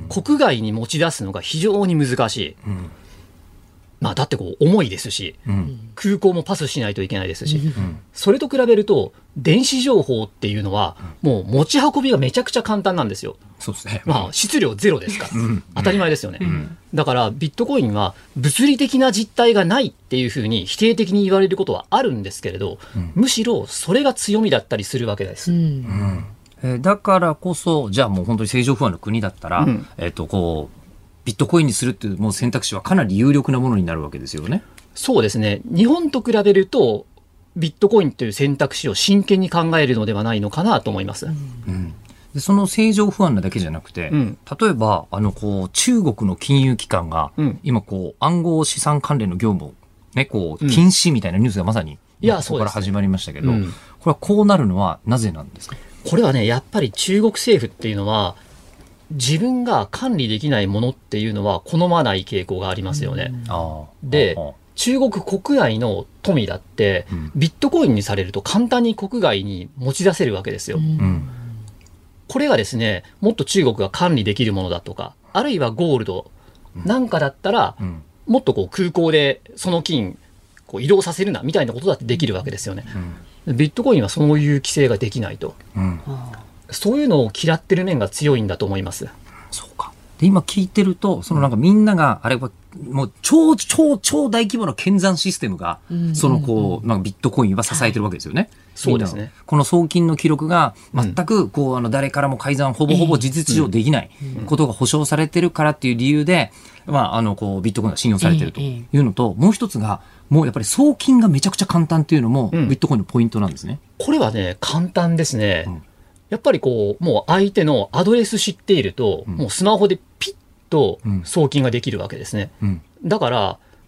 国外に持ち出すのが非常に難しい、うん、まあ、だってこう重いですし、うん、空港もパスしないといけないですし、うん、それと比べると電子情報っていうのはもう持ち運びがめちゃくちゃ簡単なんですよ。 そうですね、 まあ、質量ゼロですから、うん、当たり前ですよね、うん、だからビットコインは物理的な実態がないっていうふうに否定的に言われることはあるんですけれど、うん、むしろそれが強みだったりするわけです、うんうん、 えー、だからこそじゃあもう本当に政情不安の国だったら、うん、えー、とこうビットコインにするっていうもう選択肢はかなり有力なものになるわけですよね。 そうですね、日本と比べるとビットコインという選択肢を真剣に考えるのではないのかなと思います、うんうん、 でその政情不安なだけじゃなくて、うん、例えばあのこう中国の金融機関が、うん、今こう暗号資産関連の業務を、ね、こう禁止みたいなニュースがまさに、うん、ここから始まりましたけど、うん、これはこうなるのはなぜなんですか。 これはねやっぱり中国政府っていうのは自分が管理できないものっていうのは好まない傾向がありますよね、うん、あでああ中国国内の富だってビットコインにされると簡単に国外に持ち出せるわけですよ、うん、これがですねもっと中国が管理できるものだとかあるいはゴールドなんかだったら、うん、もっとこう空港でその金こう移動させるなみたいなことだってできるわけですよね、うん、ビットコインはそういう規制ができないと、うん、そういうのを嫌ってる面が強いんだと思います。 そうか。で今聞いてるとそのなんかみんながあれはもう超超超大規模な検算システムがそのこうなんかビットコインは支えてるわけですよね、はい、 そうですね。 この送金の記録が全くこうあの誰からも改ざんほぼほぼ事実上できないことが保証されてるからっていう理由で、まあ、あのこうビットコインが信用されてるというのと、もう一つがもうやっぱり送金がめちゃくちゃ簡単っていうのもビットコインのポイントなんですね、 うん、これはね簡単ですね、うん、やっぱりこうもう相手のアドレス知っていると、うん、もうスマホでピッと送金ができるわけですね、うん、だから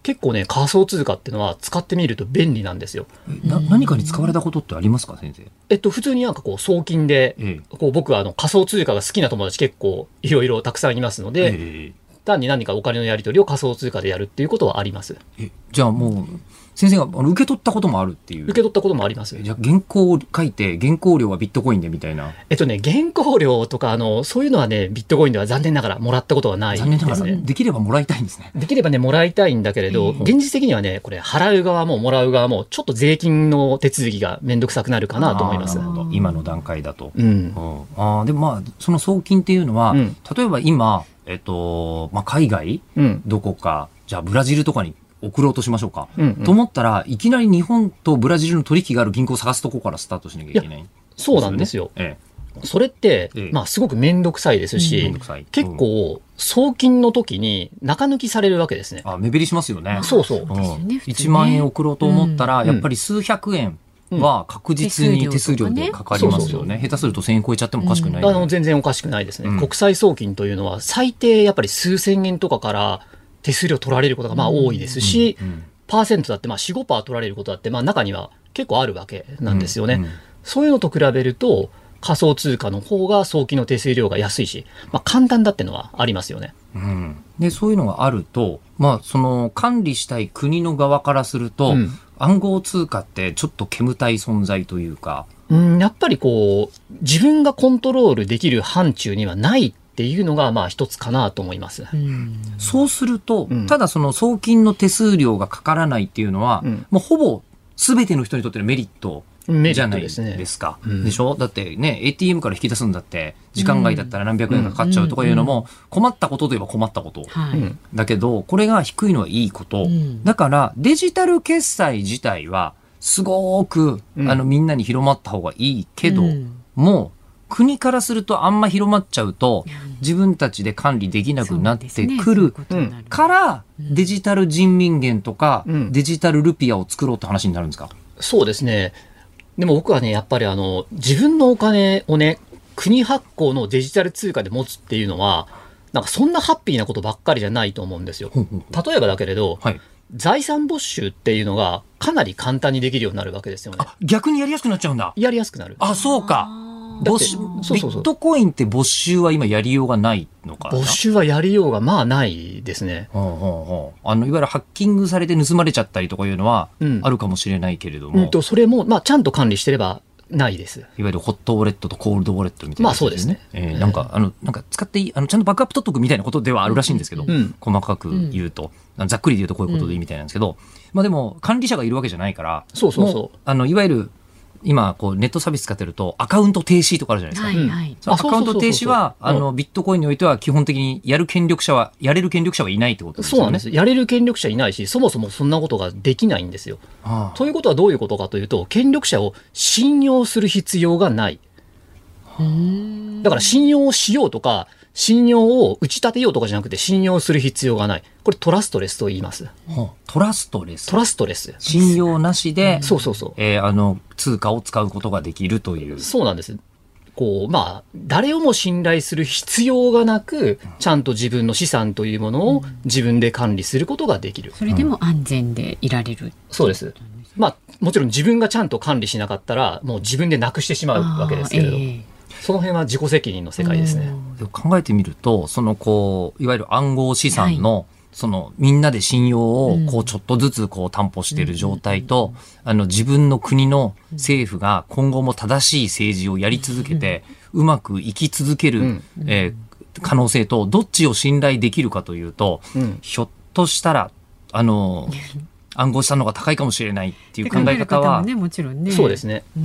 結構ね仮想通貨っていうのは使ってみると便利なんですよ。 な何かに使われたことってありますか先生？ えっと普通になんかこう送金で、ええ、こう僕はあの仮想通貨が好きな友達結構いろいろたくさんいますので、ええ、単に何かお金のやり取りを仮想通貨でやるっていうことはあります。 えじゃあもう先生が受け取ったこともあるっていう？ 受け取ったこともあります。 じゃあ原稿を書いて原稿料はビットコインでみたいな。 えっとね原稿料とかあのそういうのはねビットコインでは残念ながらもらったことはないですね。 残念ながらできればもらいたいんですね。 できればねもらいたいんだけれど、うん、現実的にはねこれ払う側ももらう側もちょっと税金の手続きがめんどくさくなるかなと思います。 今の段階だと、 うん、 あでもまあその送金っていうのは、うん、例えば今、えっとまあ、海外、うん、どこかじゃあブラジルとかに送ろうとしましょうか、うんうん、と思ったらいきなり日本とブラジルの取引がある銀行を探すところからスタートしなきゃいけない。いそうなんですよ、ええ、それって、ええまあ、すごく面倒くさいですし、うん、結構送金の時に中抜きされるわけですね。 あ目減りしますよね。 そうそう、 うん、いちまん円送ろうと思ったら、うん、やっぱり数百円は確実に手数料でかかりますよね。下手するとせんえん超えちゃってもおかしくない、ねうん、あの全然おかしくないですね、うん、国際送金というのは最低やっぱり数千円とかから手数料取られることがまあ多いですし、うんうんうんパーセントだってまあ よん、ごパーセント 取られることだってまあ中には結構あるわけなんですよね、うんうん、そういうのと比べると仮想通貨の方が送金の手数料が安いし、まあ、簡単だってのはありますよね、 うん、でそういうのがあると、まあ、その管理したい国の側からすると、うん、暗号通貨ってちょっと煙たい存在というか、 うん、やっぱりこう自分がコントロールできる範疇にはないっていうのがまあ一つかなと思います。 うん、そうすると、うん、ただその送金の手数料がかからないっていうのは、うん、もうほぼ全ての人にとってのメリットじゃないですか。で、ねうん、でしょ？だってね エーティーエム から引き出すんだって時間外だったら何百円かかかっちゃうとかいうのも困ったことといえば困ったこと、うん、だけどこれが低いのはいいこと、うん、だからデジタル決済自体はすごく、うん、あのみんなに広まった方がいいけど、うん、もう国からするとあんま広まっちゃうと自分たちで管理できなくなってくるからデジタル人民元とかデジタルルピアを作ろうって話になるんですか？ そうですね。でも僕はねやっぱりあの自分のお金をね国発行のデジタル通貨で持つっていうのはなんかそんなハッピーなことばっかりじゃないと思うんですよ。例えばだけれど、はい、財産没収っていうのがかなり簡単にできるようになるわけですよね。 あ逆にやりやすくなっちゃうんだ。 やりやすくなる。 あそうか。没そうそうそうビットコインって没収は今やりようがないのかな。 没収はやりようがまあないですね。 ほうほうほうあのいわゆるハッキングされて盗まれちゃったりとかいうのはあるかもしれないけれども、 うんうん、とそれも、まあ、ちゃんと管理してればないです。いわゆるホットウォレットとコールドウォレットみたいな、ね、 まあそうですね、 えー、なんかあのなんか使っていいあのちゃんとバックアップ取っとくみたいなことではあるらしいんですけど、うん、細かく言うと、うん、ざっくり言うとこういうことでいいみたいなんですけど、うん、まあでも管理者がいるわけじゃないからそうそうそうあのいわゆる今こうネットサービス使ってるとアカウント停止とかあるじゃないですか、はいはい、アカウント停止はあのビットコインにおいては基本的にやる権力者はやれる権力者はいないってことですよね。 そうなんです。やれる権力者いないしそもそもそんなことができないんですよ。ああということはどういうことかというと権力者を信用する必要がない。だから信用しようとか信用を打ち立てようとかじゃなくて信用する必要がない。これトラストレスと言います。 トラストレス。 トラストレス。 信用なしで、 そうそうそう。 えー、あの通貨を使うことができるという。 そうなんです。こうまあ誰をも信頼する必要がなく、ちゃんと自分の資産というものを自分で管理することができる。 それでも安全でいられる。 そうです。まあもちろん自分がちゃんと管理しなかったらもう自分でなくしてしまうわけですけれど。その辺は自己責任の世界ですね。 考えてみるとそのこういわゆる暗号資産の、はい、そのみんなで信用をこうちょっとずつこう担保している状態と、うん、あの自分の国の政府が今後も正しい政治をやり続けて、うん、うまく生き続ける、うんえー、可能性とどっちを信頼できるかというと、うん、ひょっとしたらあの暗号資産の方が高いかもしれないっていう考え方は、 ね、もちろんね。 そうですね、うん、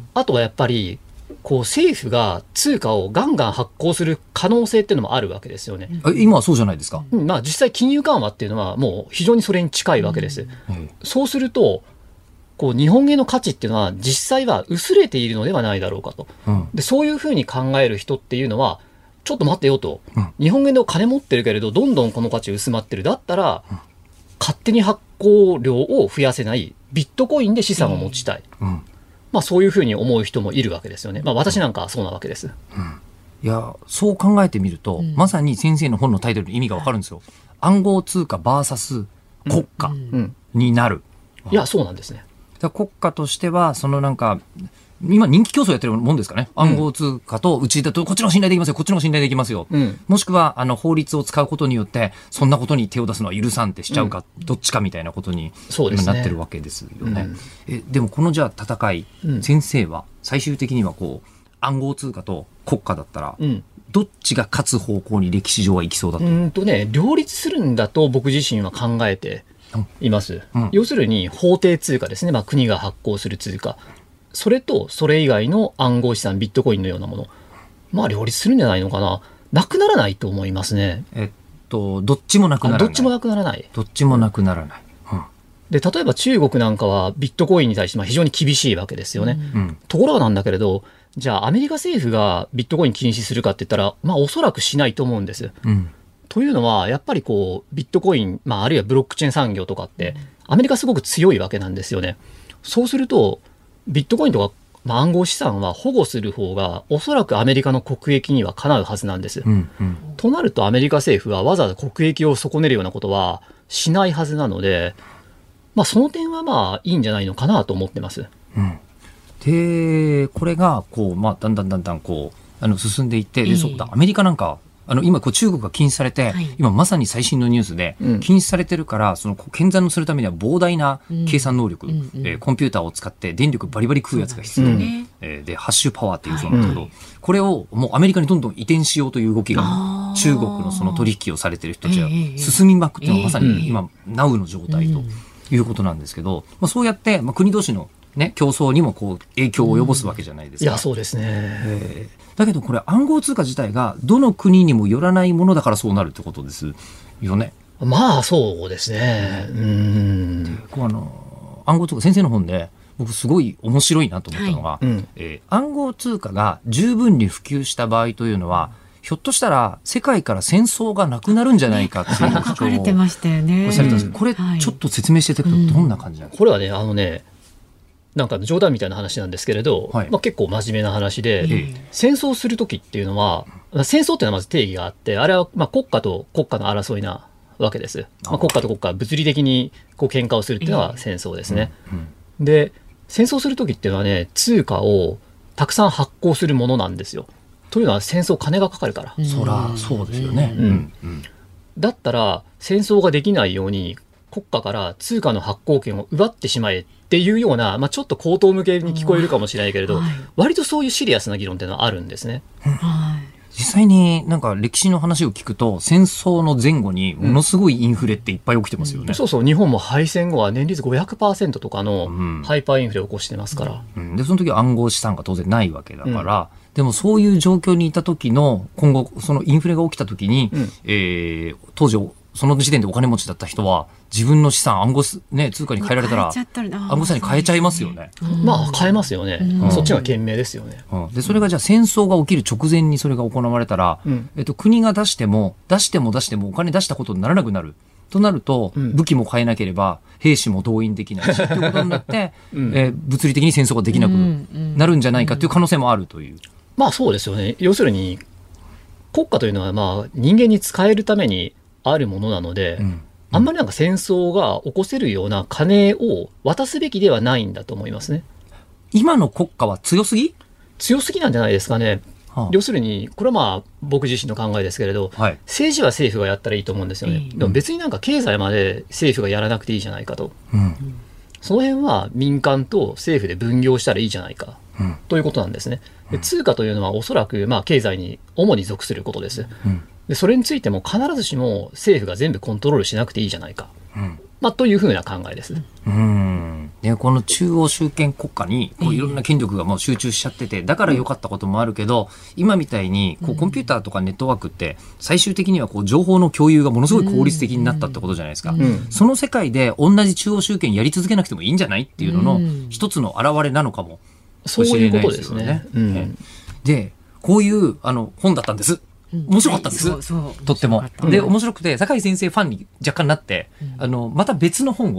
あとはやっぱりこう政府が通貨をガンガン発行する可能性っていうのもあるわけですよね。 今はそうじゃないですか、 うんまあ、実際金融緩和っていうのはもう非常にそれに近いわけです、うん、そうするとこう日本円の価値っていうのは実際は薄れているのではないだろうかと、うん、でそういうふうに考える人っていうのはちょっと待ってよと、うん、日本円でお金持ってるけれどどんどんこの価値薄まってるだったら、うん、勝手に発行量を増やせないビットコインで資産を持ちたい、うんうんまあ、そういうふうに思う人もいるわけですよね。まあ、私なんかはそうなわけです、 うん、いやそう考えてみると、うん、まさに先生の本のタイトルの意味がわかるんですよ。暗号通貨 ブイエス国家になる、 うんうん、いやそうなんですね。 だ国家としてはそのなんか今人気競争やってるもんですかね。暗号通貨とうちだとこっちの方が信頼できますよ、こっちの方が信頼できますよ、うん、もしくはあの法律を使うことによってそんなことに手を出すのは許さんってしちゃうか、うん、どっちかみたいなことに今なってるわけですよね。うん、えでもこのじゃあ戦い、うん、先生は最終的にはこう暗号通貨と国家だったら、うん、どっちが勝つ方向に歴史上は行きそうだと。 うんとね、両立するんだと僕自身は考えています。うん、要するに法定通貨ですね、まあ、国が発行する通貨、それとそれ以外の暗号資産ビットコインのようなもの、まあ両立するんじゃないのかな。なくならないと思いますね。 えっとどっちもなくならない。 どっちもなくならない。 どっちもなくならない。うん、 で例えば中国なんかはビットコインに対してまあ非常に厳しいわけですよね。うん、ところがなんだけれど、じゃあアメリカ政府がビットコイン禁止するかって言ったら、まあおそらくしないと思うんです。うん、というのはやっぱりこうビットコイン、まあ、あるいはブロックチェーン産業とかってアメリカすごく強いわけなんですよね。そうするとビットコインとかまあ、暗号資産は保護する方がおそらくアメリカの国益にはかなうはずなんです。うんうん、となるとアメリカ政府はわざわざ国益を損ねるようなことはしないはずなので、まあ、その点はまあいいんじゃないのかなと思ってます。 うん、でこれがこう、まあ、だんだんだんだんこうあの進んでいってで、そうだアメリカなんかあの今こう中国が禁止されて、はい、今まさに最新のニュースで、うん、禁止されてるからその検算をするためには膨大な計算能力、うんうんえー、コンピューターを使って電力バリバリ食うやつが必要、うんえー、でハッシュパワーっていうそうなんですけど、はい、これをもうアメリカにどんどん移転しようという動きが中国のその取引をされてる人たちは進みまくっていうのがまさに今、えー、ナウの状態ということなんですけど、まあ、そうやって、まあ、国同士のね、競争にもこう影響を及ぼすわけじゃないですか。 うん、いやそうですね、 えー、だけどこれ暗号通貨自体がどの国にもよらないものだからそうなるってことですよね。 まあそうですね。うん、 でこうあの暗号通貨先生の本で僕すごい面白いなと思ったのが、はいうんえー、暗号通貨が十分に普及した場合というのはひょっとしたら世界から戦争がなくなるんじゃないかっていう書かれてましたよね。 おっしゃってたんですけど、これちょっと説明していただくとどんな感じなんですか。 これはねあのねなんか冗談みたいな話なんですけれど、はいまあ、結構真面目な話で、ええ、戦争するときっていうのは戦争っていうのはまず定義があって、あれはまあ国家と国家の争いなわけです。まあ、国家と国家物理的にこう喧嘩をするっていうのは戦争ですね。えうんうん、で戦争するときっていうのはね通貨をたくさん発行するものなんですよ。というのは戦争金がかかるから。 そらそうですよね。うんうんうん、だったら戦争ができないように国家から通貨の発行権を奪ってしまえっていうような、まあ、ちょっと口頭向けに聞こえるかもしれないけれど、はい、割とそういうシリアスな議論っていうのはあるんですね。 はい、実際になんか歴史の話を聞くと戦争の前後にものすごいインフレっていっぱい起きてますよね。 うん、そうそう日本も敗戦後は年率 ごひゃくパーセント とかのハイパーインフレを起こしてますから、 うんうん、でその時は暗号資産が当然ないわけだから、うん、でもそういう状況にいた時の今後そのインフレが起きた時に、うんえー、当時その時点でお金持ちだった人は自分の資産暗号、ね、通貨に変えられたら暗号資産に変えちゃいますよね。 まあ変えますよね、うん、そっちが賢明ですよね。 うん、でそれがじゃあ戦争が起きる直前にそれが行われたら、うんえっと、国が出しても出しても出してもお金出したことにならなくなるとなると、うん、武器も変えなければ兵士も動員できないしということになって、うんえー、物理的に戦争ができなくなるんじゃないかという可能性もあるという、うんうん、 まあそうですよね。要するに国家というのはまあ人間に使えるためにあるものなので、うん、あんまりなんか戦争が起こせるような金を渡すべきではないんだと思いますね。 今の国家は強すぎ強すぎなんじゃないですかね。はあ、要するにこれはまあ僕自身の考えですけれど、はい、政治は政府がやったらいいと思うんですよね。うん、でも別になんか経済まで政府がやらなくていいじゃないかと、うん、その辺は民間と政府で分業したらいいじゃないか、うん、ということなんですね。で通貨というのはおそらくまあ経済に主に属することです。うんでそれについても必ずしも政府が全部コントロールしなくていいじゃないか、うんまあ、というふうな考えです。 うんでこの中央集権国家にこういろんな権力がもう集中しちゃっててだから良かったこともあるけど、うん、今みたいにこうコンピューターとかネットワークって最終的にはこう情報の共有がものすごい効率的になったってことじゃないですか、うん、その世界で同じ中央集権やり続けなくてもいいんじゃないっていうのの一つの表れなのかもしれないですよね。 そういうことですね。うん、 でこういうあの本だったんです。面白かったんです、はい、そうそうとってもで面白くて坂井先生ファンに若干なって、うん、あのまた別の本を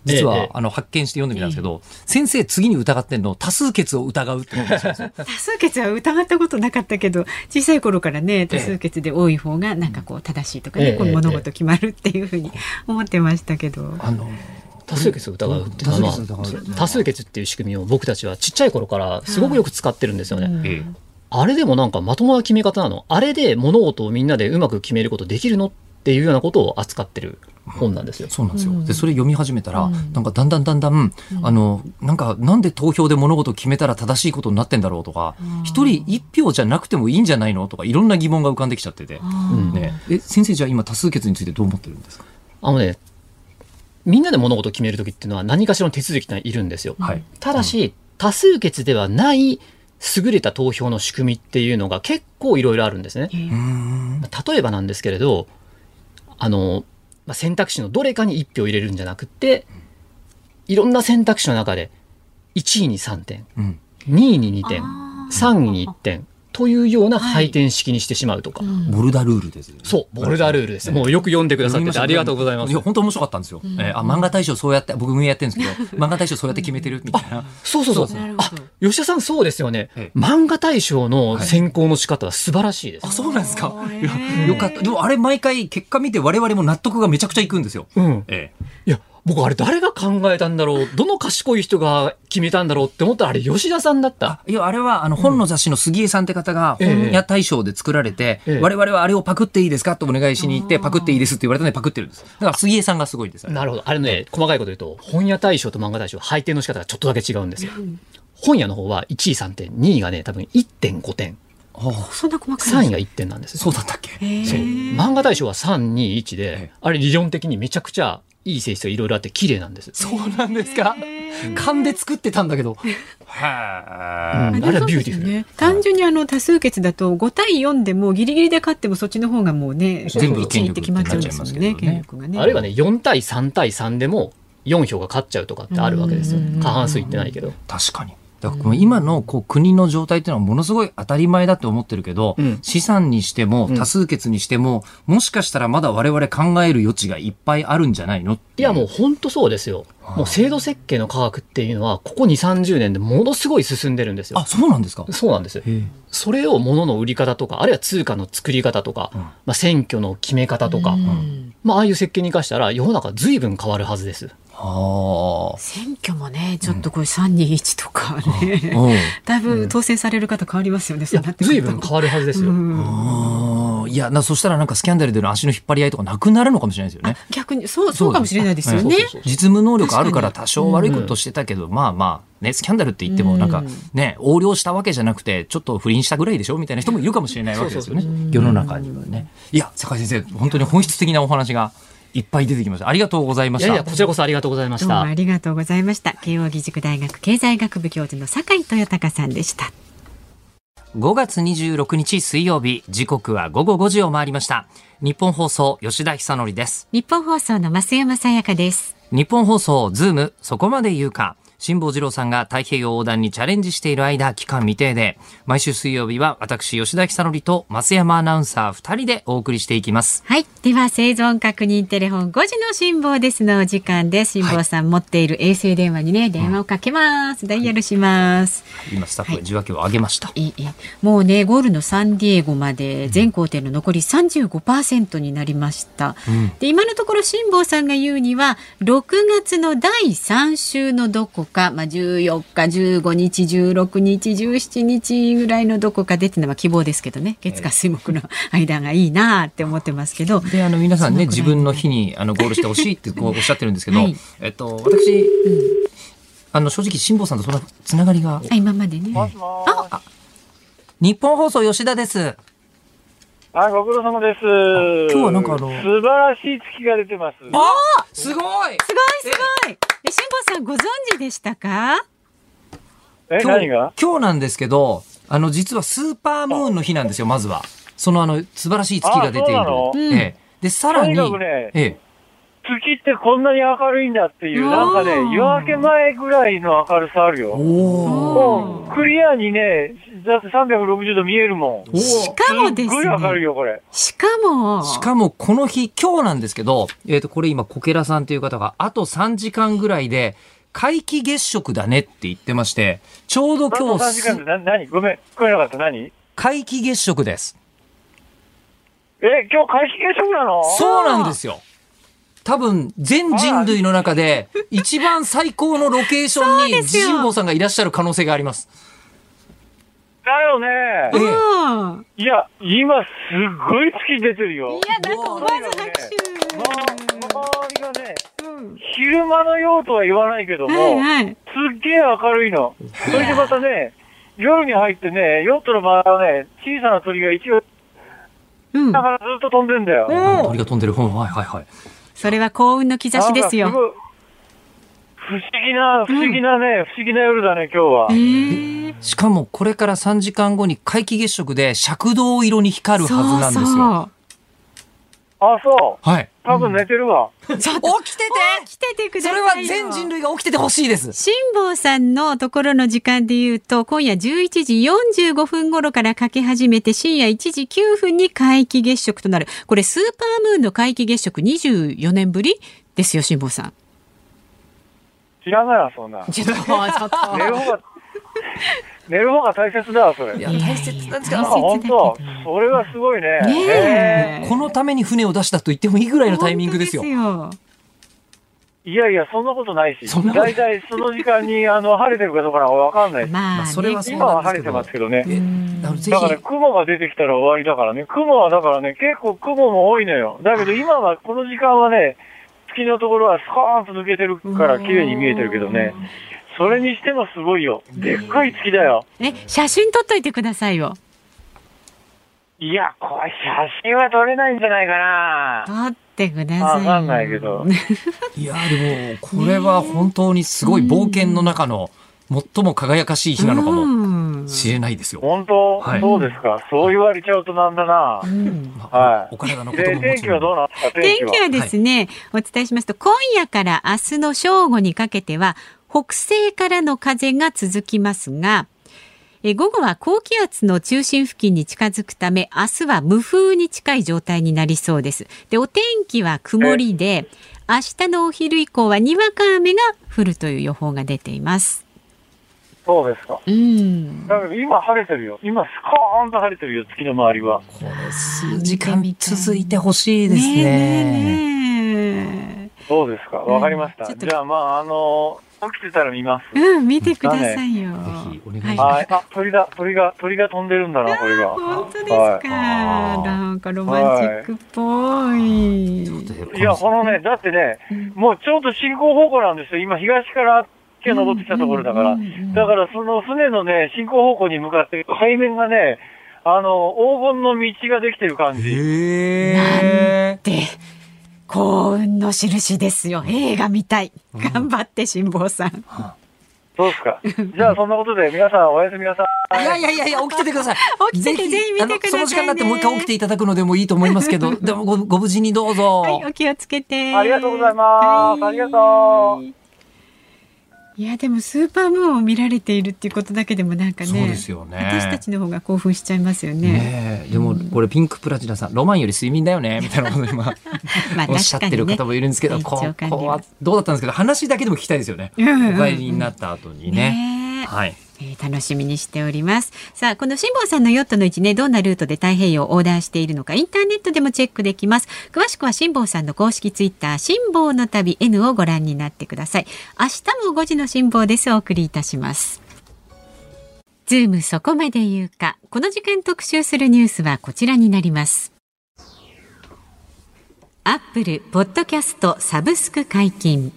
実は、ええ、あの発見して読んでみたんですけど、ええ、先生次に疑ってんの多数決を疑うって思うんですよ。 多数決は疑ったことなかったけど、小さい頃からね多数決で多い方がなんかこう正しいとかね、ええ、この物事決まるっていうふうに思ってましたけど、 あの多数決を疑うっていうのは、多数決っていう仕組みを僕たちはちっちゃい頃からすごくよく使ってるんですよね、うん、あれでもなんかまともな決め方なの、あれで物事をみんなでうまく決めることできるのっていうようなことを扱ってる本なんですよ。 そうなんですよ。でそれ読み始めたら、うん、なんかだんだんだんだん、うん、あのなんかなんで投票で物事を決めたら正しいことになってんだろうとか、一、うん、人一票じゃなくてもいいんじゃないのとか、いろんな疑問が浮かんできちゃってて、うんね、え先生じゃあ今多数決についてどう思ってるんですか？ あのね、みんなで物事を決めるときっていうのは何かしらの手続きがいるんですよ、はい、ただし、うん、多数決ではない優れた投票の仕組みっていうのが結構いろいろあるんですね。例えばなんですけれど、あの、まあ、選択肢のどれかにいち票入れるんじゃなくて、いろんな選択肢の中でいちいにさんてん、うん、にいににてん、さんいにいってんというような配点式にしてしまうとか、はい、うん、 ボルダルールです、ね、 そうボルダルールです、もうよく読んでくださっててありがとうございます。 いや本当面白かったんですよ、うん、えー、あ漫画大賞そうやって僕運営やってるんですけど漫画大賞そうやって決めてるみたいな。 そうそうそう、あ吉田さんそうですよね、ええ、漫画大賞の選考の仕方は素晴らしいです、 はい、あそうなんですか、いやよかった。でもあれ毎回結果見て我々も納得がめちゃくちゃいくんですよ、うん、ええ、 いや僕あれ誰が考えたんだろう、どの賢い人が決めたんだろうって思ったらあれ吉田さんだった。 あいやあれはあの本の雑誌の杉江さんって方が本屋大賞で作られて、ええ、我々はあれをパクっていいですかとお願いしに行ってパクっていいですって言われたのでパクってるんです。だから杉江さんがすごいです。 なるほど、あれね細かいこと言うと本屋大賞と漫画大賞配点の仕方がちょっとだけ違うんですよ、うん、本屋の方はいちいさんてん、にいがね多分 いってんごてん、 そんな細かいさんいがいってんなんです。 そうだったっけ。 そう漫画大賞はさんにいちで、あれ理論的にめちゃくちゃいい性質がいろいろあって綺麗なんです。 そうなんですか。勘で作ってたんだけど、 はあ、うん、あれはビューティフル、ね、 単純にあの多数決だとごたいよんでもギリギリで勝ってもそっちの方がもうね全部権力って決まっちゃうんですよね、権力がね。 あるいはねよんたいさんたいさんでもよん票が勝っちゃうとかってあるわけですよ。過半数いってないけど。 確かにだから今のこう国の状態っていうのはものすごい当たり前だって思ってるけど、うん、資産にしても多数決にしても、うん、もしかしたらまだ我々考える余地がいっぱいあるんじゃないの。 いやもう本当そうですよ。もう制度設計の科学っていうのはここにさんじゅうねんでものすごい進んでるんですよ。 あ、そうなんですか。 そうなんですよ。それを物の売り方とかあるいは通貨の作り方とか、うん、まあ、選挙の決め方とか、うん、まあ、ああいう設計に生かしたら世の中随分変わるはずです。 はあ、選挙もねちょっとこれさんにいちとかね、うん、だいぶ当選される方変わりますよね、うん、 随分変わるはずですよ、うん、 いやなそしたらなんかスキャンダルでの足の引っ張り合いとかなくなるのかもしれないですよね。 逆にそう、そうかもしれないですよね。 実務能力あるから多少悪いことしてたけど、うん、まあまあね、スキャンダルって言ってもなんかね、うん、横領したわけじゃなくてちょっと不倫したぐらいでしょみたいな人もいるかもしれないわけですよね、世の中にはね。いや坂井先生本当に本質的なお話がいっぱい出てきました。ありがとうございました。 いやいやこちらこそありがとうございました。 どうもありがとうございました。慶應義塾大学経済学部教授の坂井豊隆さんでした。 ごがつにじゅうろくにち水曜日、時刻はごごごじを回りました。日本放送吉田久典です。 日本放送の増山さやかです。 日本放送ズームそこまで言うか。辛坊治郎さんが太平洋横断にチャレンジしている間、期間未定で毎週水曜日は私吉田久典と増山アナウンサーふたりでお送りしていきます。 はい、では生存確認テレフォンごじの辛坊ですのお時間です。辛坊さん、はい、持っている衛星電話にね電話をかけます、うん、ダイヤルします。 今スタッフが受話器を上げました、はい、 いいもうねゴールのサンディエゴまで全行程の残り さんじゅうごパーセント になりました、うん、で今のところ辛坊さんが言うにはろくがつのだいさん週のどこか、まあ、じゅうよっかじゅうごにちじゅうろくにちじゅうしちにちぐらいのどこかでっていうのは希望ですけどね、月火水木の間がいいなって思ってますけど、 であの皆さんね自分の日にあのゴールしてほしいってこうおっしゃってるんですけど、はい、えっと私、うん、あの正直辛坊さんとそのつながりが今までね、 もしもーし。 あ日本放送吉田です。 あ、ご苦労様です。 今日はなんかあの素晴らしい月が出てます。 あすごいすごいすごい。え辛坊さんご存知でしたか？ え何が？ 今日なんですけど、あの実はスーパームーンの日なんですよ。まずはそのあの素晴らしい月が出ている。 あ、そうなの？ ええ、でさらに、 とにかくね、 ええ、 月ってこんなに明るいんだっていう、なんかね、夜明け前ぐらいの明るさあるよ。もう、クリアにね、だってさんびゃくろくじゅうど見えるもん。 しかもですね。 すっごい明るいよ、これ。 しかも、 しかもこの日、今日なんですけど、えっと、これ今、こけらさんという方が、あとさんじかんぐらいで、皆既月食だねって言ってまして、ちょうど今日、 さんじかんでな、何ごめん、聞こえなかった、何皆既月食です。 え、今日皆既月食なの？ そうなんですよ。多分、全人類の中で、一番最高のロケーションに、神保さんがいらっしゃる可能性があります。 だよね。 ええ。 いや、今、すっごい月出てるよ。 いや、なんか思わず拍手。 まあ、周りがね、うん、昼間のようとは言わないけども、はいはい、すっげえ明るいの。それでまたね、夜に入ってね、ヨットの周りをね、小さな鳥が一応、うん、だからずっと飛んでんだよ。 うん、鳥が飛んでる。はいはいはい。 それは幸運の兆しですよ。 すごい不思議な、不思議なね、うん、不思議な夜だね、今日は。 えー、 しかもこれからさんじかんごに皆既月食で赤銅色に光るはずなんですよ。そうそう、 あ、そう。 はい。 多分寝てるわ。 うん、起きてて起きててくださいよ。 それは全人類が起きててほしいです。 辛坊さんのところの時間で言うと、今夜じゅういちじよんじゅうごふん頃からかけ始めて、深夜いちじきゅうふんに皆既月食となる。これスーパームーンの皆既月食にじゅうよねんぶりですよ、辛坊さん。 知らないわ、そんな。 ちょっと、ちょっと。 寝る方が、寝る方が大切だわ、それ。 いや、大切なんですか。 本当、それはすごいね。 ねえ。このために船を出したと言ってもいいぐらいのタイミングですよ。 ですよ。 いやいや、そんなことないし。大体その時間に、あの、晴れてるかどうかなんかわかんないし。 まあ、 それはそう今は晴れてますけどね。 だから、雲が出てきたら終わりだからね。雲はだからね、結構雲も多いのよ。だけど今は、この時間はね、月のところはスコーンと抜けてるから綺麗に見えてるけどね。それにしてもすごいよ。でっかい月だよ。 え、写真撮っといてくださいよ。 いや、これ写真は撮れないんじゃないかな。 撮ってくださいよ。 わかんないけど。 いや、でも、これは本当にすごい冒険の中の最も輝かしい日なのかもしれないですよ。 本当、はい、そうですか。そう言われちゃうとなんだな。うん、はい。 お体のことももちろん。 天気はどうなんですか？ 天気は、天気はですね、はい、お伝えしますと、今夜から明日の正午にかけては、北西からの風が続きますが、え午後は高気圧の中心付近に近づくため、明日は無風に近い状態になりそうです。で、お天気は曇りで、明日のお昼以降はにわか雨が降るという予報が出ています。 そうですか。 うん。 だから今晴れてるよ。今スコーンと晴れてるよ、月の周りは。 これ数時間続いてほしいですね。 ねえねえ。 そうですか。わかりました。うん、じゃあ、まあ、あの、起きてたら見ます。 うん、見てくださいよ。 ぜひお願いします。 はい。あ、鳥だ、鳥が、鳥が飛んでるんだな、これが。 本当ですか。はい、なんかロマンチックっぽい。 いや、このね、だってね、もうちょうど進行方向なんですよ。今、東から木が登ってきたところだから。だから、その船のね、進行方向に向かって、海面がね、あの、黄金の道ができてる感じ。 へー。なんて。幸運の印ですよ。映画見たい。頑張って辛坊さん。 そうですか。じゃあそんなことで皆さんおやすみなさい。 いやいやいやいや、起きててください。 起きててぜひ見てくださいね。 その時間になってもう一回起きていただくのでもいいと思いますけど、でも ご, ご無事にどうぞ。 はい、お気をつけて。 ありがとうございます。はい、ありがとう。 いやでもスーパームーンを見られているっていうことだけでもなんかね、 そうですよね、 私たちの方が興奮しちゃいますよね。 ねえ、でもこれピンクプラチナさん、ロマンより睡眠だよねみたいなことを今まあおっしゃってる方もいるんですけど、ね、ここはどうだったんですけど、話だけでも聞きたいですよね、うんうんうん、お帰りになった後にね、ね、はい、 えー、楽しみにしております。さあ、この辛坊さんのヨットの位置ね、どんなルートで太平洋を横断しているのかインターネットでもチェックできます。詳しくは辛坊さんの公式ツイッター辛坊の旅 N をご覧になってください。明日もごじの辛坊です。お送りいたします。ズームそこまで言うか。この時間特集するニュースはこちらになります。アップルポッドキャストサブスク解禁。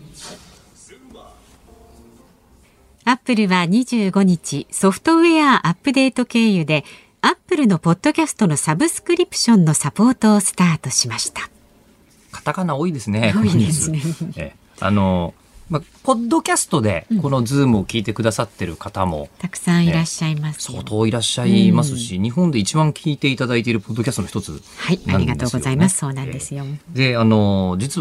アップルはにじゅうごにち、ソフトウェアアップデート経由で、アップルのポッドキャストのサブスクリプションのサポートをスタートしました。 カタカナ多いですね。 多いですね。 えあの、まあ、ポッドキャストでこのズームを聞いてくださってる方も、うん、 たくさんいらっしゃいます、 ね、相当いらっしゃいますし、うん、日本で一番聞いていただいているポッドキャストの一つなんですよね。 はい、ありがとうございます。そうなんですよ。 で、あの、実は、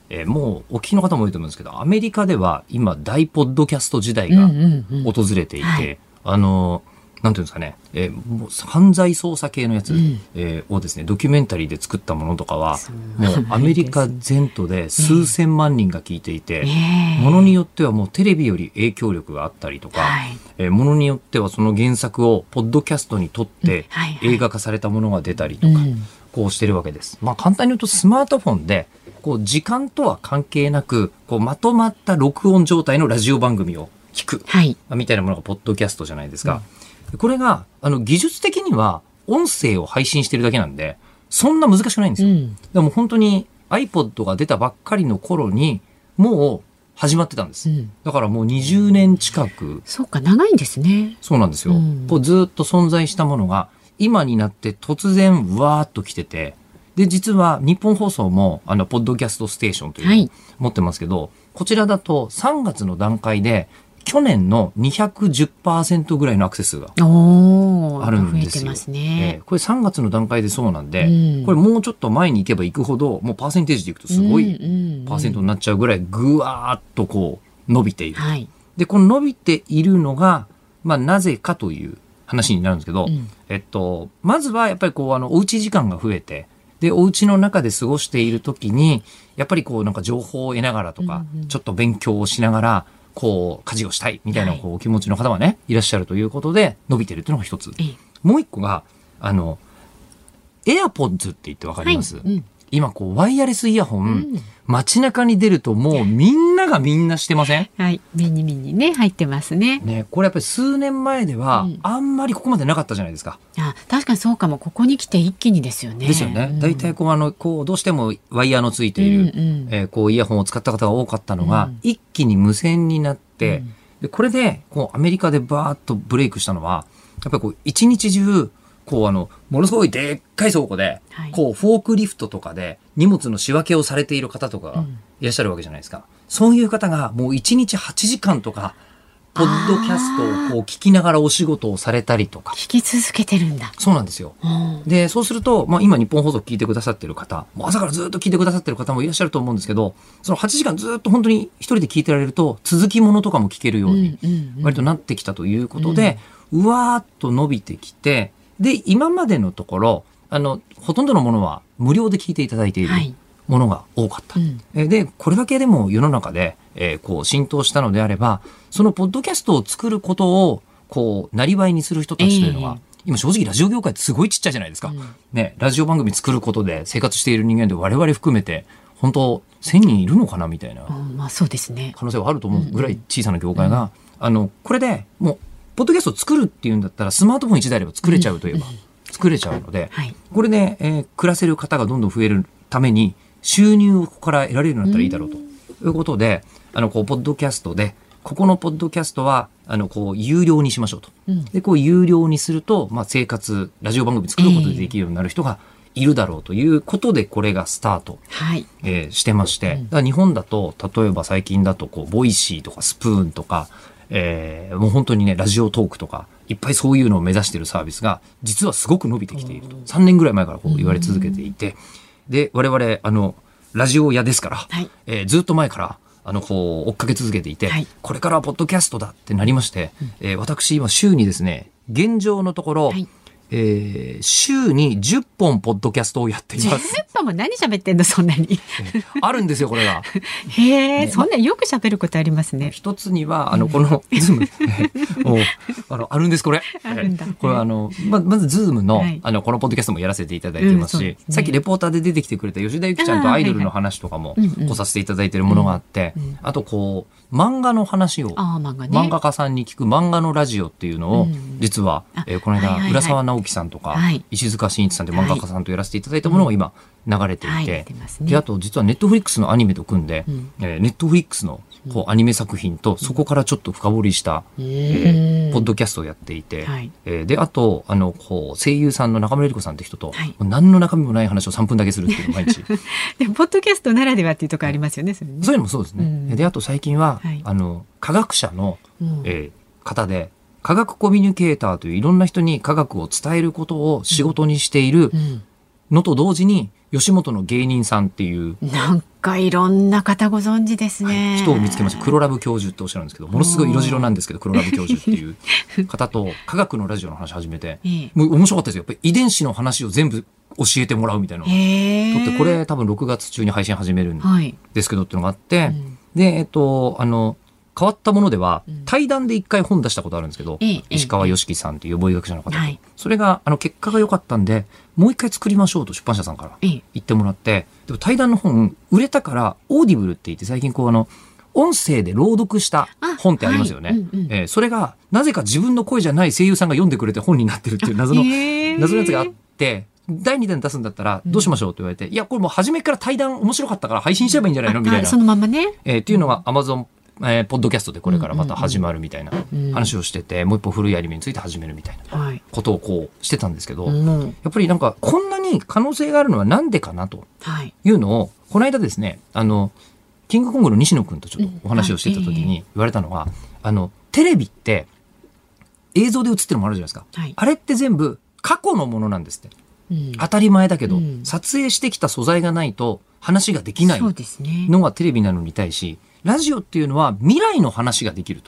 えー、もうお聞きの方も多いと思うんですけど、アメリカでは今大ポッドキャスト時代が訪れていて、うんうんうんはい、あのなんていうんですかね、えー、もう犯罪捜査系のやつ、うんえー、をですねドキュメンタリーで作ったものとかはもうアメリカ全土で数千万人が聞いていて、えー、ものによってはもうテレビより影響力があったりとか、はいえー、ものによってはその原作をポッドキャストにとって映画化されたものが出たりとか、うん、こうしてるわけです。まあ、簡単に言うとスマートフォンでこう時間とは関係なくこうまとまった録音状態のラジオ番組を聞く、はい、みたいなものがポッドキャストじゃないですか。うん、これがあの技術的には音声を配信してるだけなんでそんな難しくないんですよ。うん、でも本当に iPod が出たばっかりの頃にもう始まってたんです。うん、だからもうにじゅうねん近く。 そうか、長いんですね。 そうなんですよ。うん、こうずっと存在したものが今になって突然わーっと来てて、で実は日本放送もあのポッドキャストステーションというのを持ってますけど、はい、こちらだとさんがつの段階で去年の にひゃくじゅっパーセント ぐらいのアクセスがあるんですよ。増えてますね。えー、これさんがつの段階でそうなんで、うん、これもうちょっと前に行けば行くほどもうパーセンテージでいくとすごいパーセントになっちゃうぐらいぐわーっとこう伸びている。はい、でこの伸びているのが、まあ、なぜかという話になるんですけど、うん、えっと、まずはやっぱりこうあのおうち時間が増えて、でお家の中で過ごしている時にやっぱりこうなんか情報を得ながらとか、うんうん、ちょっと勉強をしながらこう家事をしたいみたいなこうお気持ちの方はね、はい、いらっしゃるということで伸びてるというのが一つ。もう一個があの AirPods って言ってわかります？はい、うん、今こうワイヤレスイヤホン、うん、街中に出るともうみんながみんなしてません？ はい、目に目にね入ってますね。 ね、これやっぱり数年前ではあんまりここまでなかったじゃないですか。 うん、あ、確かにそうかも。ここに来て一気にですよね。 ですよね。だいたいこうあのこうどうしてもワイヤーのついている、うんうん、えー、こうイヤホンを使った方が多かったのが、うん、一気に無線になって、うん、でこれでこうアメリカでバーッとブレイクしたのはやっぱりこう一日中こうあのものすごいでっかい倉庫で、はい、こうフォークリフトとかで荷物の仕分けをされている方とかがいらっしゃるわけじゃないですか。うん、そういう方がもういちにちはちじかんとかポッドキャストをこう聞きながらお仕事をされたりとか。 聞き続けてるんだ。 そうなんですよ。うん、でそうすると、まあ、今日本放送聞いてくださってる方、もう朝からずっと聞いてくださってる方もいらっしゃると思うんですけど、そのはちじかんずっと本当に一人で聞いてられると続きものとかも聞けるように割となってきたということで、うんうんうん、うわーっと伸びてきて、で今までのところあのほとんどのものは無料で聞いていただいているものが多かった。はい、うん、でこれだけでも世の中で、えー、こう浸透したのであれば、そのポッドキャストを作ることをこうなりわいにする人たちというのは、えー、今正直ラジオ業界ってすごいちっちゃいじゃないですか。うん、ね、ラジオ番組作ることで生活している人間で我々含めて本当せんにんいるのかなみたいな、 まあそうですね、 可能性はあると思うぐらい小さな業界が、うんうん、あのこれでもうポッドキャストを作るっていうんだったらスマートフォンいちだいあれば作れちゃうといえば作れちゃうので、はい、これで、えー、暮らせる方がどんどん増えるために収入をここから得られるようになったらいいだろうということで、あのこうポッドキャストでここのポッドキャストはあのこう有料にしましょうと。うん、でこう有料にすると、まあ、生活ラジオ番組作ることでできるようになる人がいるだろうということでこれがスタート、はい、えー、してまして、だから日本だと例えば最近だとこうボイシーとかスプーンとか、えー、もう本当にねラジオトークとかいっぱいそういうのを目指しているサービスが実はすごく伸びてきていると、さんねんぐらい前からこう言われ続けていて、で我々あのラジオ屋ですから、はい、えー、ずっと前からあのこう追っかけ続けていて、はい、これからはポッドキャストだってなりまして、うん、えー、私今週にですね現状のところ、はい、えー、週にじゅっぽんポッドキャストをやっています。 じゅっぽんも何喋ってんのそんなに。 あるんですよこれが。 へえ、ね、そんなよく喋ることありますね。 一つにはあのこのズームあのあるんですこれ。あるんだ。これはあの ま, まずズームの、はい、あのこのポッドキャストもやらせていただいてますし、うん、ね、さっきレポーターで出てきてくれた吉田ゆきちゃんとアイドルの話とかも来させていただいているものがあって、あとこう漫画の話を、あ、漫画ね、漫画家さんに聞く漫画のラジオっていうのを、うん、実は、えー、この間、はいはいはい、浦沢直樹さんとか、はい、石塚真一さんという漫画家さんとやらせていただいたものが今流れていて、はいはい、であと実はネットフリックスのアニメと組んで、うん、えー、ネットフリックスのこうアニメ作品とそこからちょっと深掘りした、うん、えー、ポッドキャストをやっていて、はい、えー、であとあのこう声優さんの中村江里子さんって人と、はい、何の中身もない話をさんぷんだけするっていう毎日でポッドキャストならではっていうところありますよね。それね、 そういうのもそうですね。うん、であと最近は、はい、あの科学者の、うん、えー、方で科学コミュニケーターといういろんな人に科学を伝えることを仕事にしているのと同時に吉本の芸人さんっていうなんかいろんな方ご存知ですね、 はい、人を見つけました。黒ラブ教授っておっしゃるんですけど、ものすごい色白なんですけど、黒ラブ教授っていう方と科学のラジオの話始めて、もう面白かったですよ。やっぱり遺伝子の話を全部教えてもらうみたいなのとって、これ多分ろくがつ中に配信始めるんですけどっていうのがあって、はい、うん、でえっとあの変わったものでは、うん、対談で一回本出したことあるんですけど、ええ、石川良樹さんという予防医学者の方と、はい、それがあの結果が良かったんでもう一回作りましょうと出版社さんから言ってもらって、ええ、でも対談の本売れたからオーディブルって言って最近こうあの音声で朗読した本ってありますよね、はい、うんうん、えー、それがなぜか自分の声じゃない声優さんが読んでくれて本になってるっていう謎の、えー、謎のやつがあって、だいにだん出すんだったらどうしましょうと言われて、うん、いやこれもう初めから対談面白かったから配信しちゃえばいいんじゃないのみたいな、 そのままね、 えー、っていうのが Amazonえー、ポッドキャストでこれからまた始まるみたいな話をしてて、うんうんうん、もう一歩古いアニメについて始めるみたいなことをこうしてたんですけど、はい、やっぱりなんかこんなに可能性があるのはなんでかなというのを、この間ですね、あのキングコングの西野君とちょっとお話をしてた時に言われたのは、うん、はい、えー、あのテレビって映像で映ってるのもあるじゃないですか、はい、あれって全部過去のものなんですって、うん、当たり前だけど、うん、撮影してきた素材がないと話ができないのがテレビなのに対し、ラジオっていうのは未来の話ができると。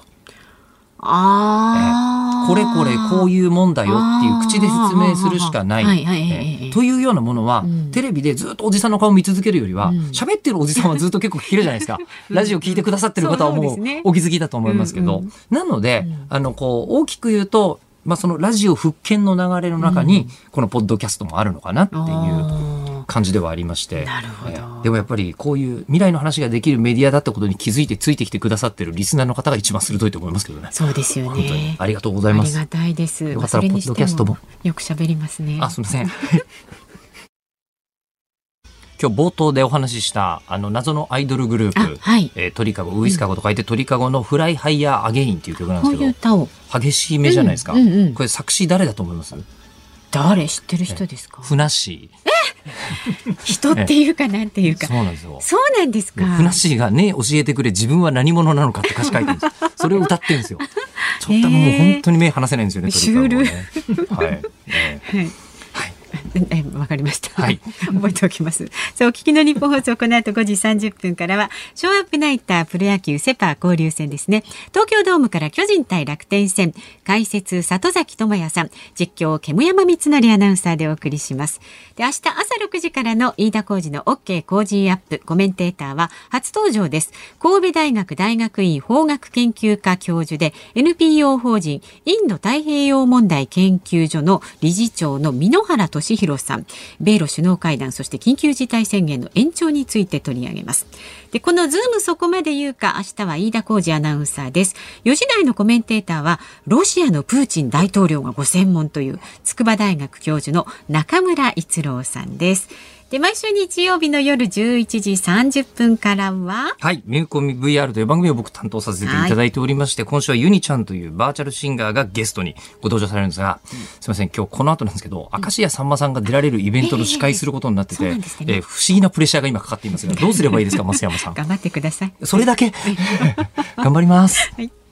あ、えー、これこれこういうもんだよっていう口で説明するしかないというようなものは、うん、テレビでずっとおじさんの顔を見続けるよりは喋、うん、ってるおじさんはずっと結構聞けるじゃないですかラジオ聞いてくださってる方はもうお気づきだと思いますけど、うんうん、なので、うん、あのこう大きく言うと、まあ、そのラジオ復権の流れの中にこのポッドキャストもあるのかなっていう感じではありまして、なるほど、えー、でもやっぱりこういう未来の話ができるメディアだってことに気づいてついてきてくださってるリスナーの方が一番鋭いと思いますけどね。 そうですよね。 本当にありがとうございます。 ありがたいです。 よかったらポッドキャストもよく喋りますね。 あ、すみません今日冒頭でお話ししたあの謎のアイドルグループ、はい、えー、鳥かごウイスカゴと書いて鳥かごのフライハイヤーアゲインっていう曲なんですけど、こういう歌を激しい目じゃないですか、うんうんうん、これ作詞誰だと思います？ 誰？知ってる人ですか？ ふなっしー。 え人っていうかなんていうか、 そうなんですよ。 そうなんですか。 ふなっしーがね教えてくれ自分は何者なのかって歌詞書いてるんですよ。それを歌ってるんですよ。ちょっともう本当に目離せないんですよね。 シュール、 ね、はい、えーはいえわかりました、はい、覚えておきます。そう、お聞きの日本放送、この後ごじさんじゅっぷんからはショーアップナイタープロ野球セパ交流戦ですね。東京ドームから巨人対楽天戦、解説里崎智也さん、実況煙山光則アナウンサーでお送りします。で、明日朝ろくじからの飯田浩司の OK 工事アップ、コメンテーターは初登場です。神戸大学大学院法学研究科教授で エヌピーオー 法人インド太平洋問題研究所の理事長の箕原俊弘さん、米ロ首脳会談、そして緊急事態宣言の延長について取り上げます。で、このズームそこまで言うか、明日は飯田浩司アナウンサーです。よじ台のコメンテーターはロシアのプーチン大統領がご専門という筑波大学教授の中村逸郎さんです。で、毎週日曜日の夜じゅういちじさんじゅっぷんからは、 はい、ミューコミ ブイアール という番組を僕担当させていただいておりまして、はい、今週はユニちゃんというバーチャルシンガーがゲストにご登場されるんですが、うん、すみません、今日この後なんですけど、明石家さんまさんが出られるイベントの司会することになってて、えーえーえー、不思議なプレッシャーが今かかっていますが、どうすればいいですか、増山さん。 頑張ってください。 それだけ頑張ります。 はい。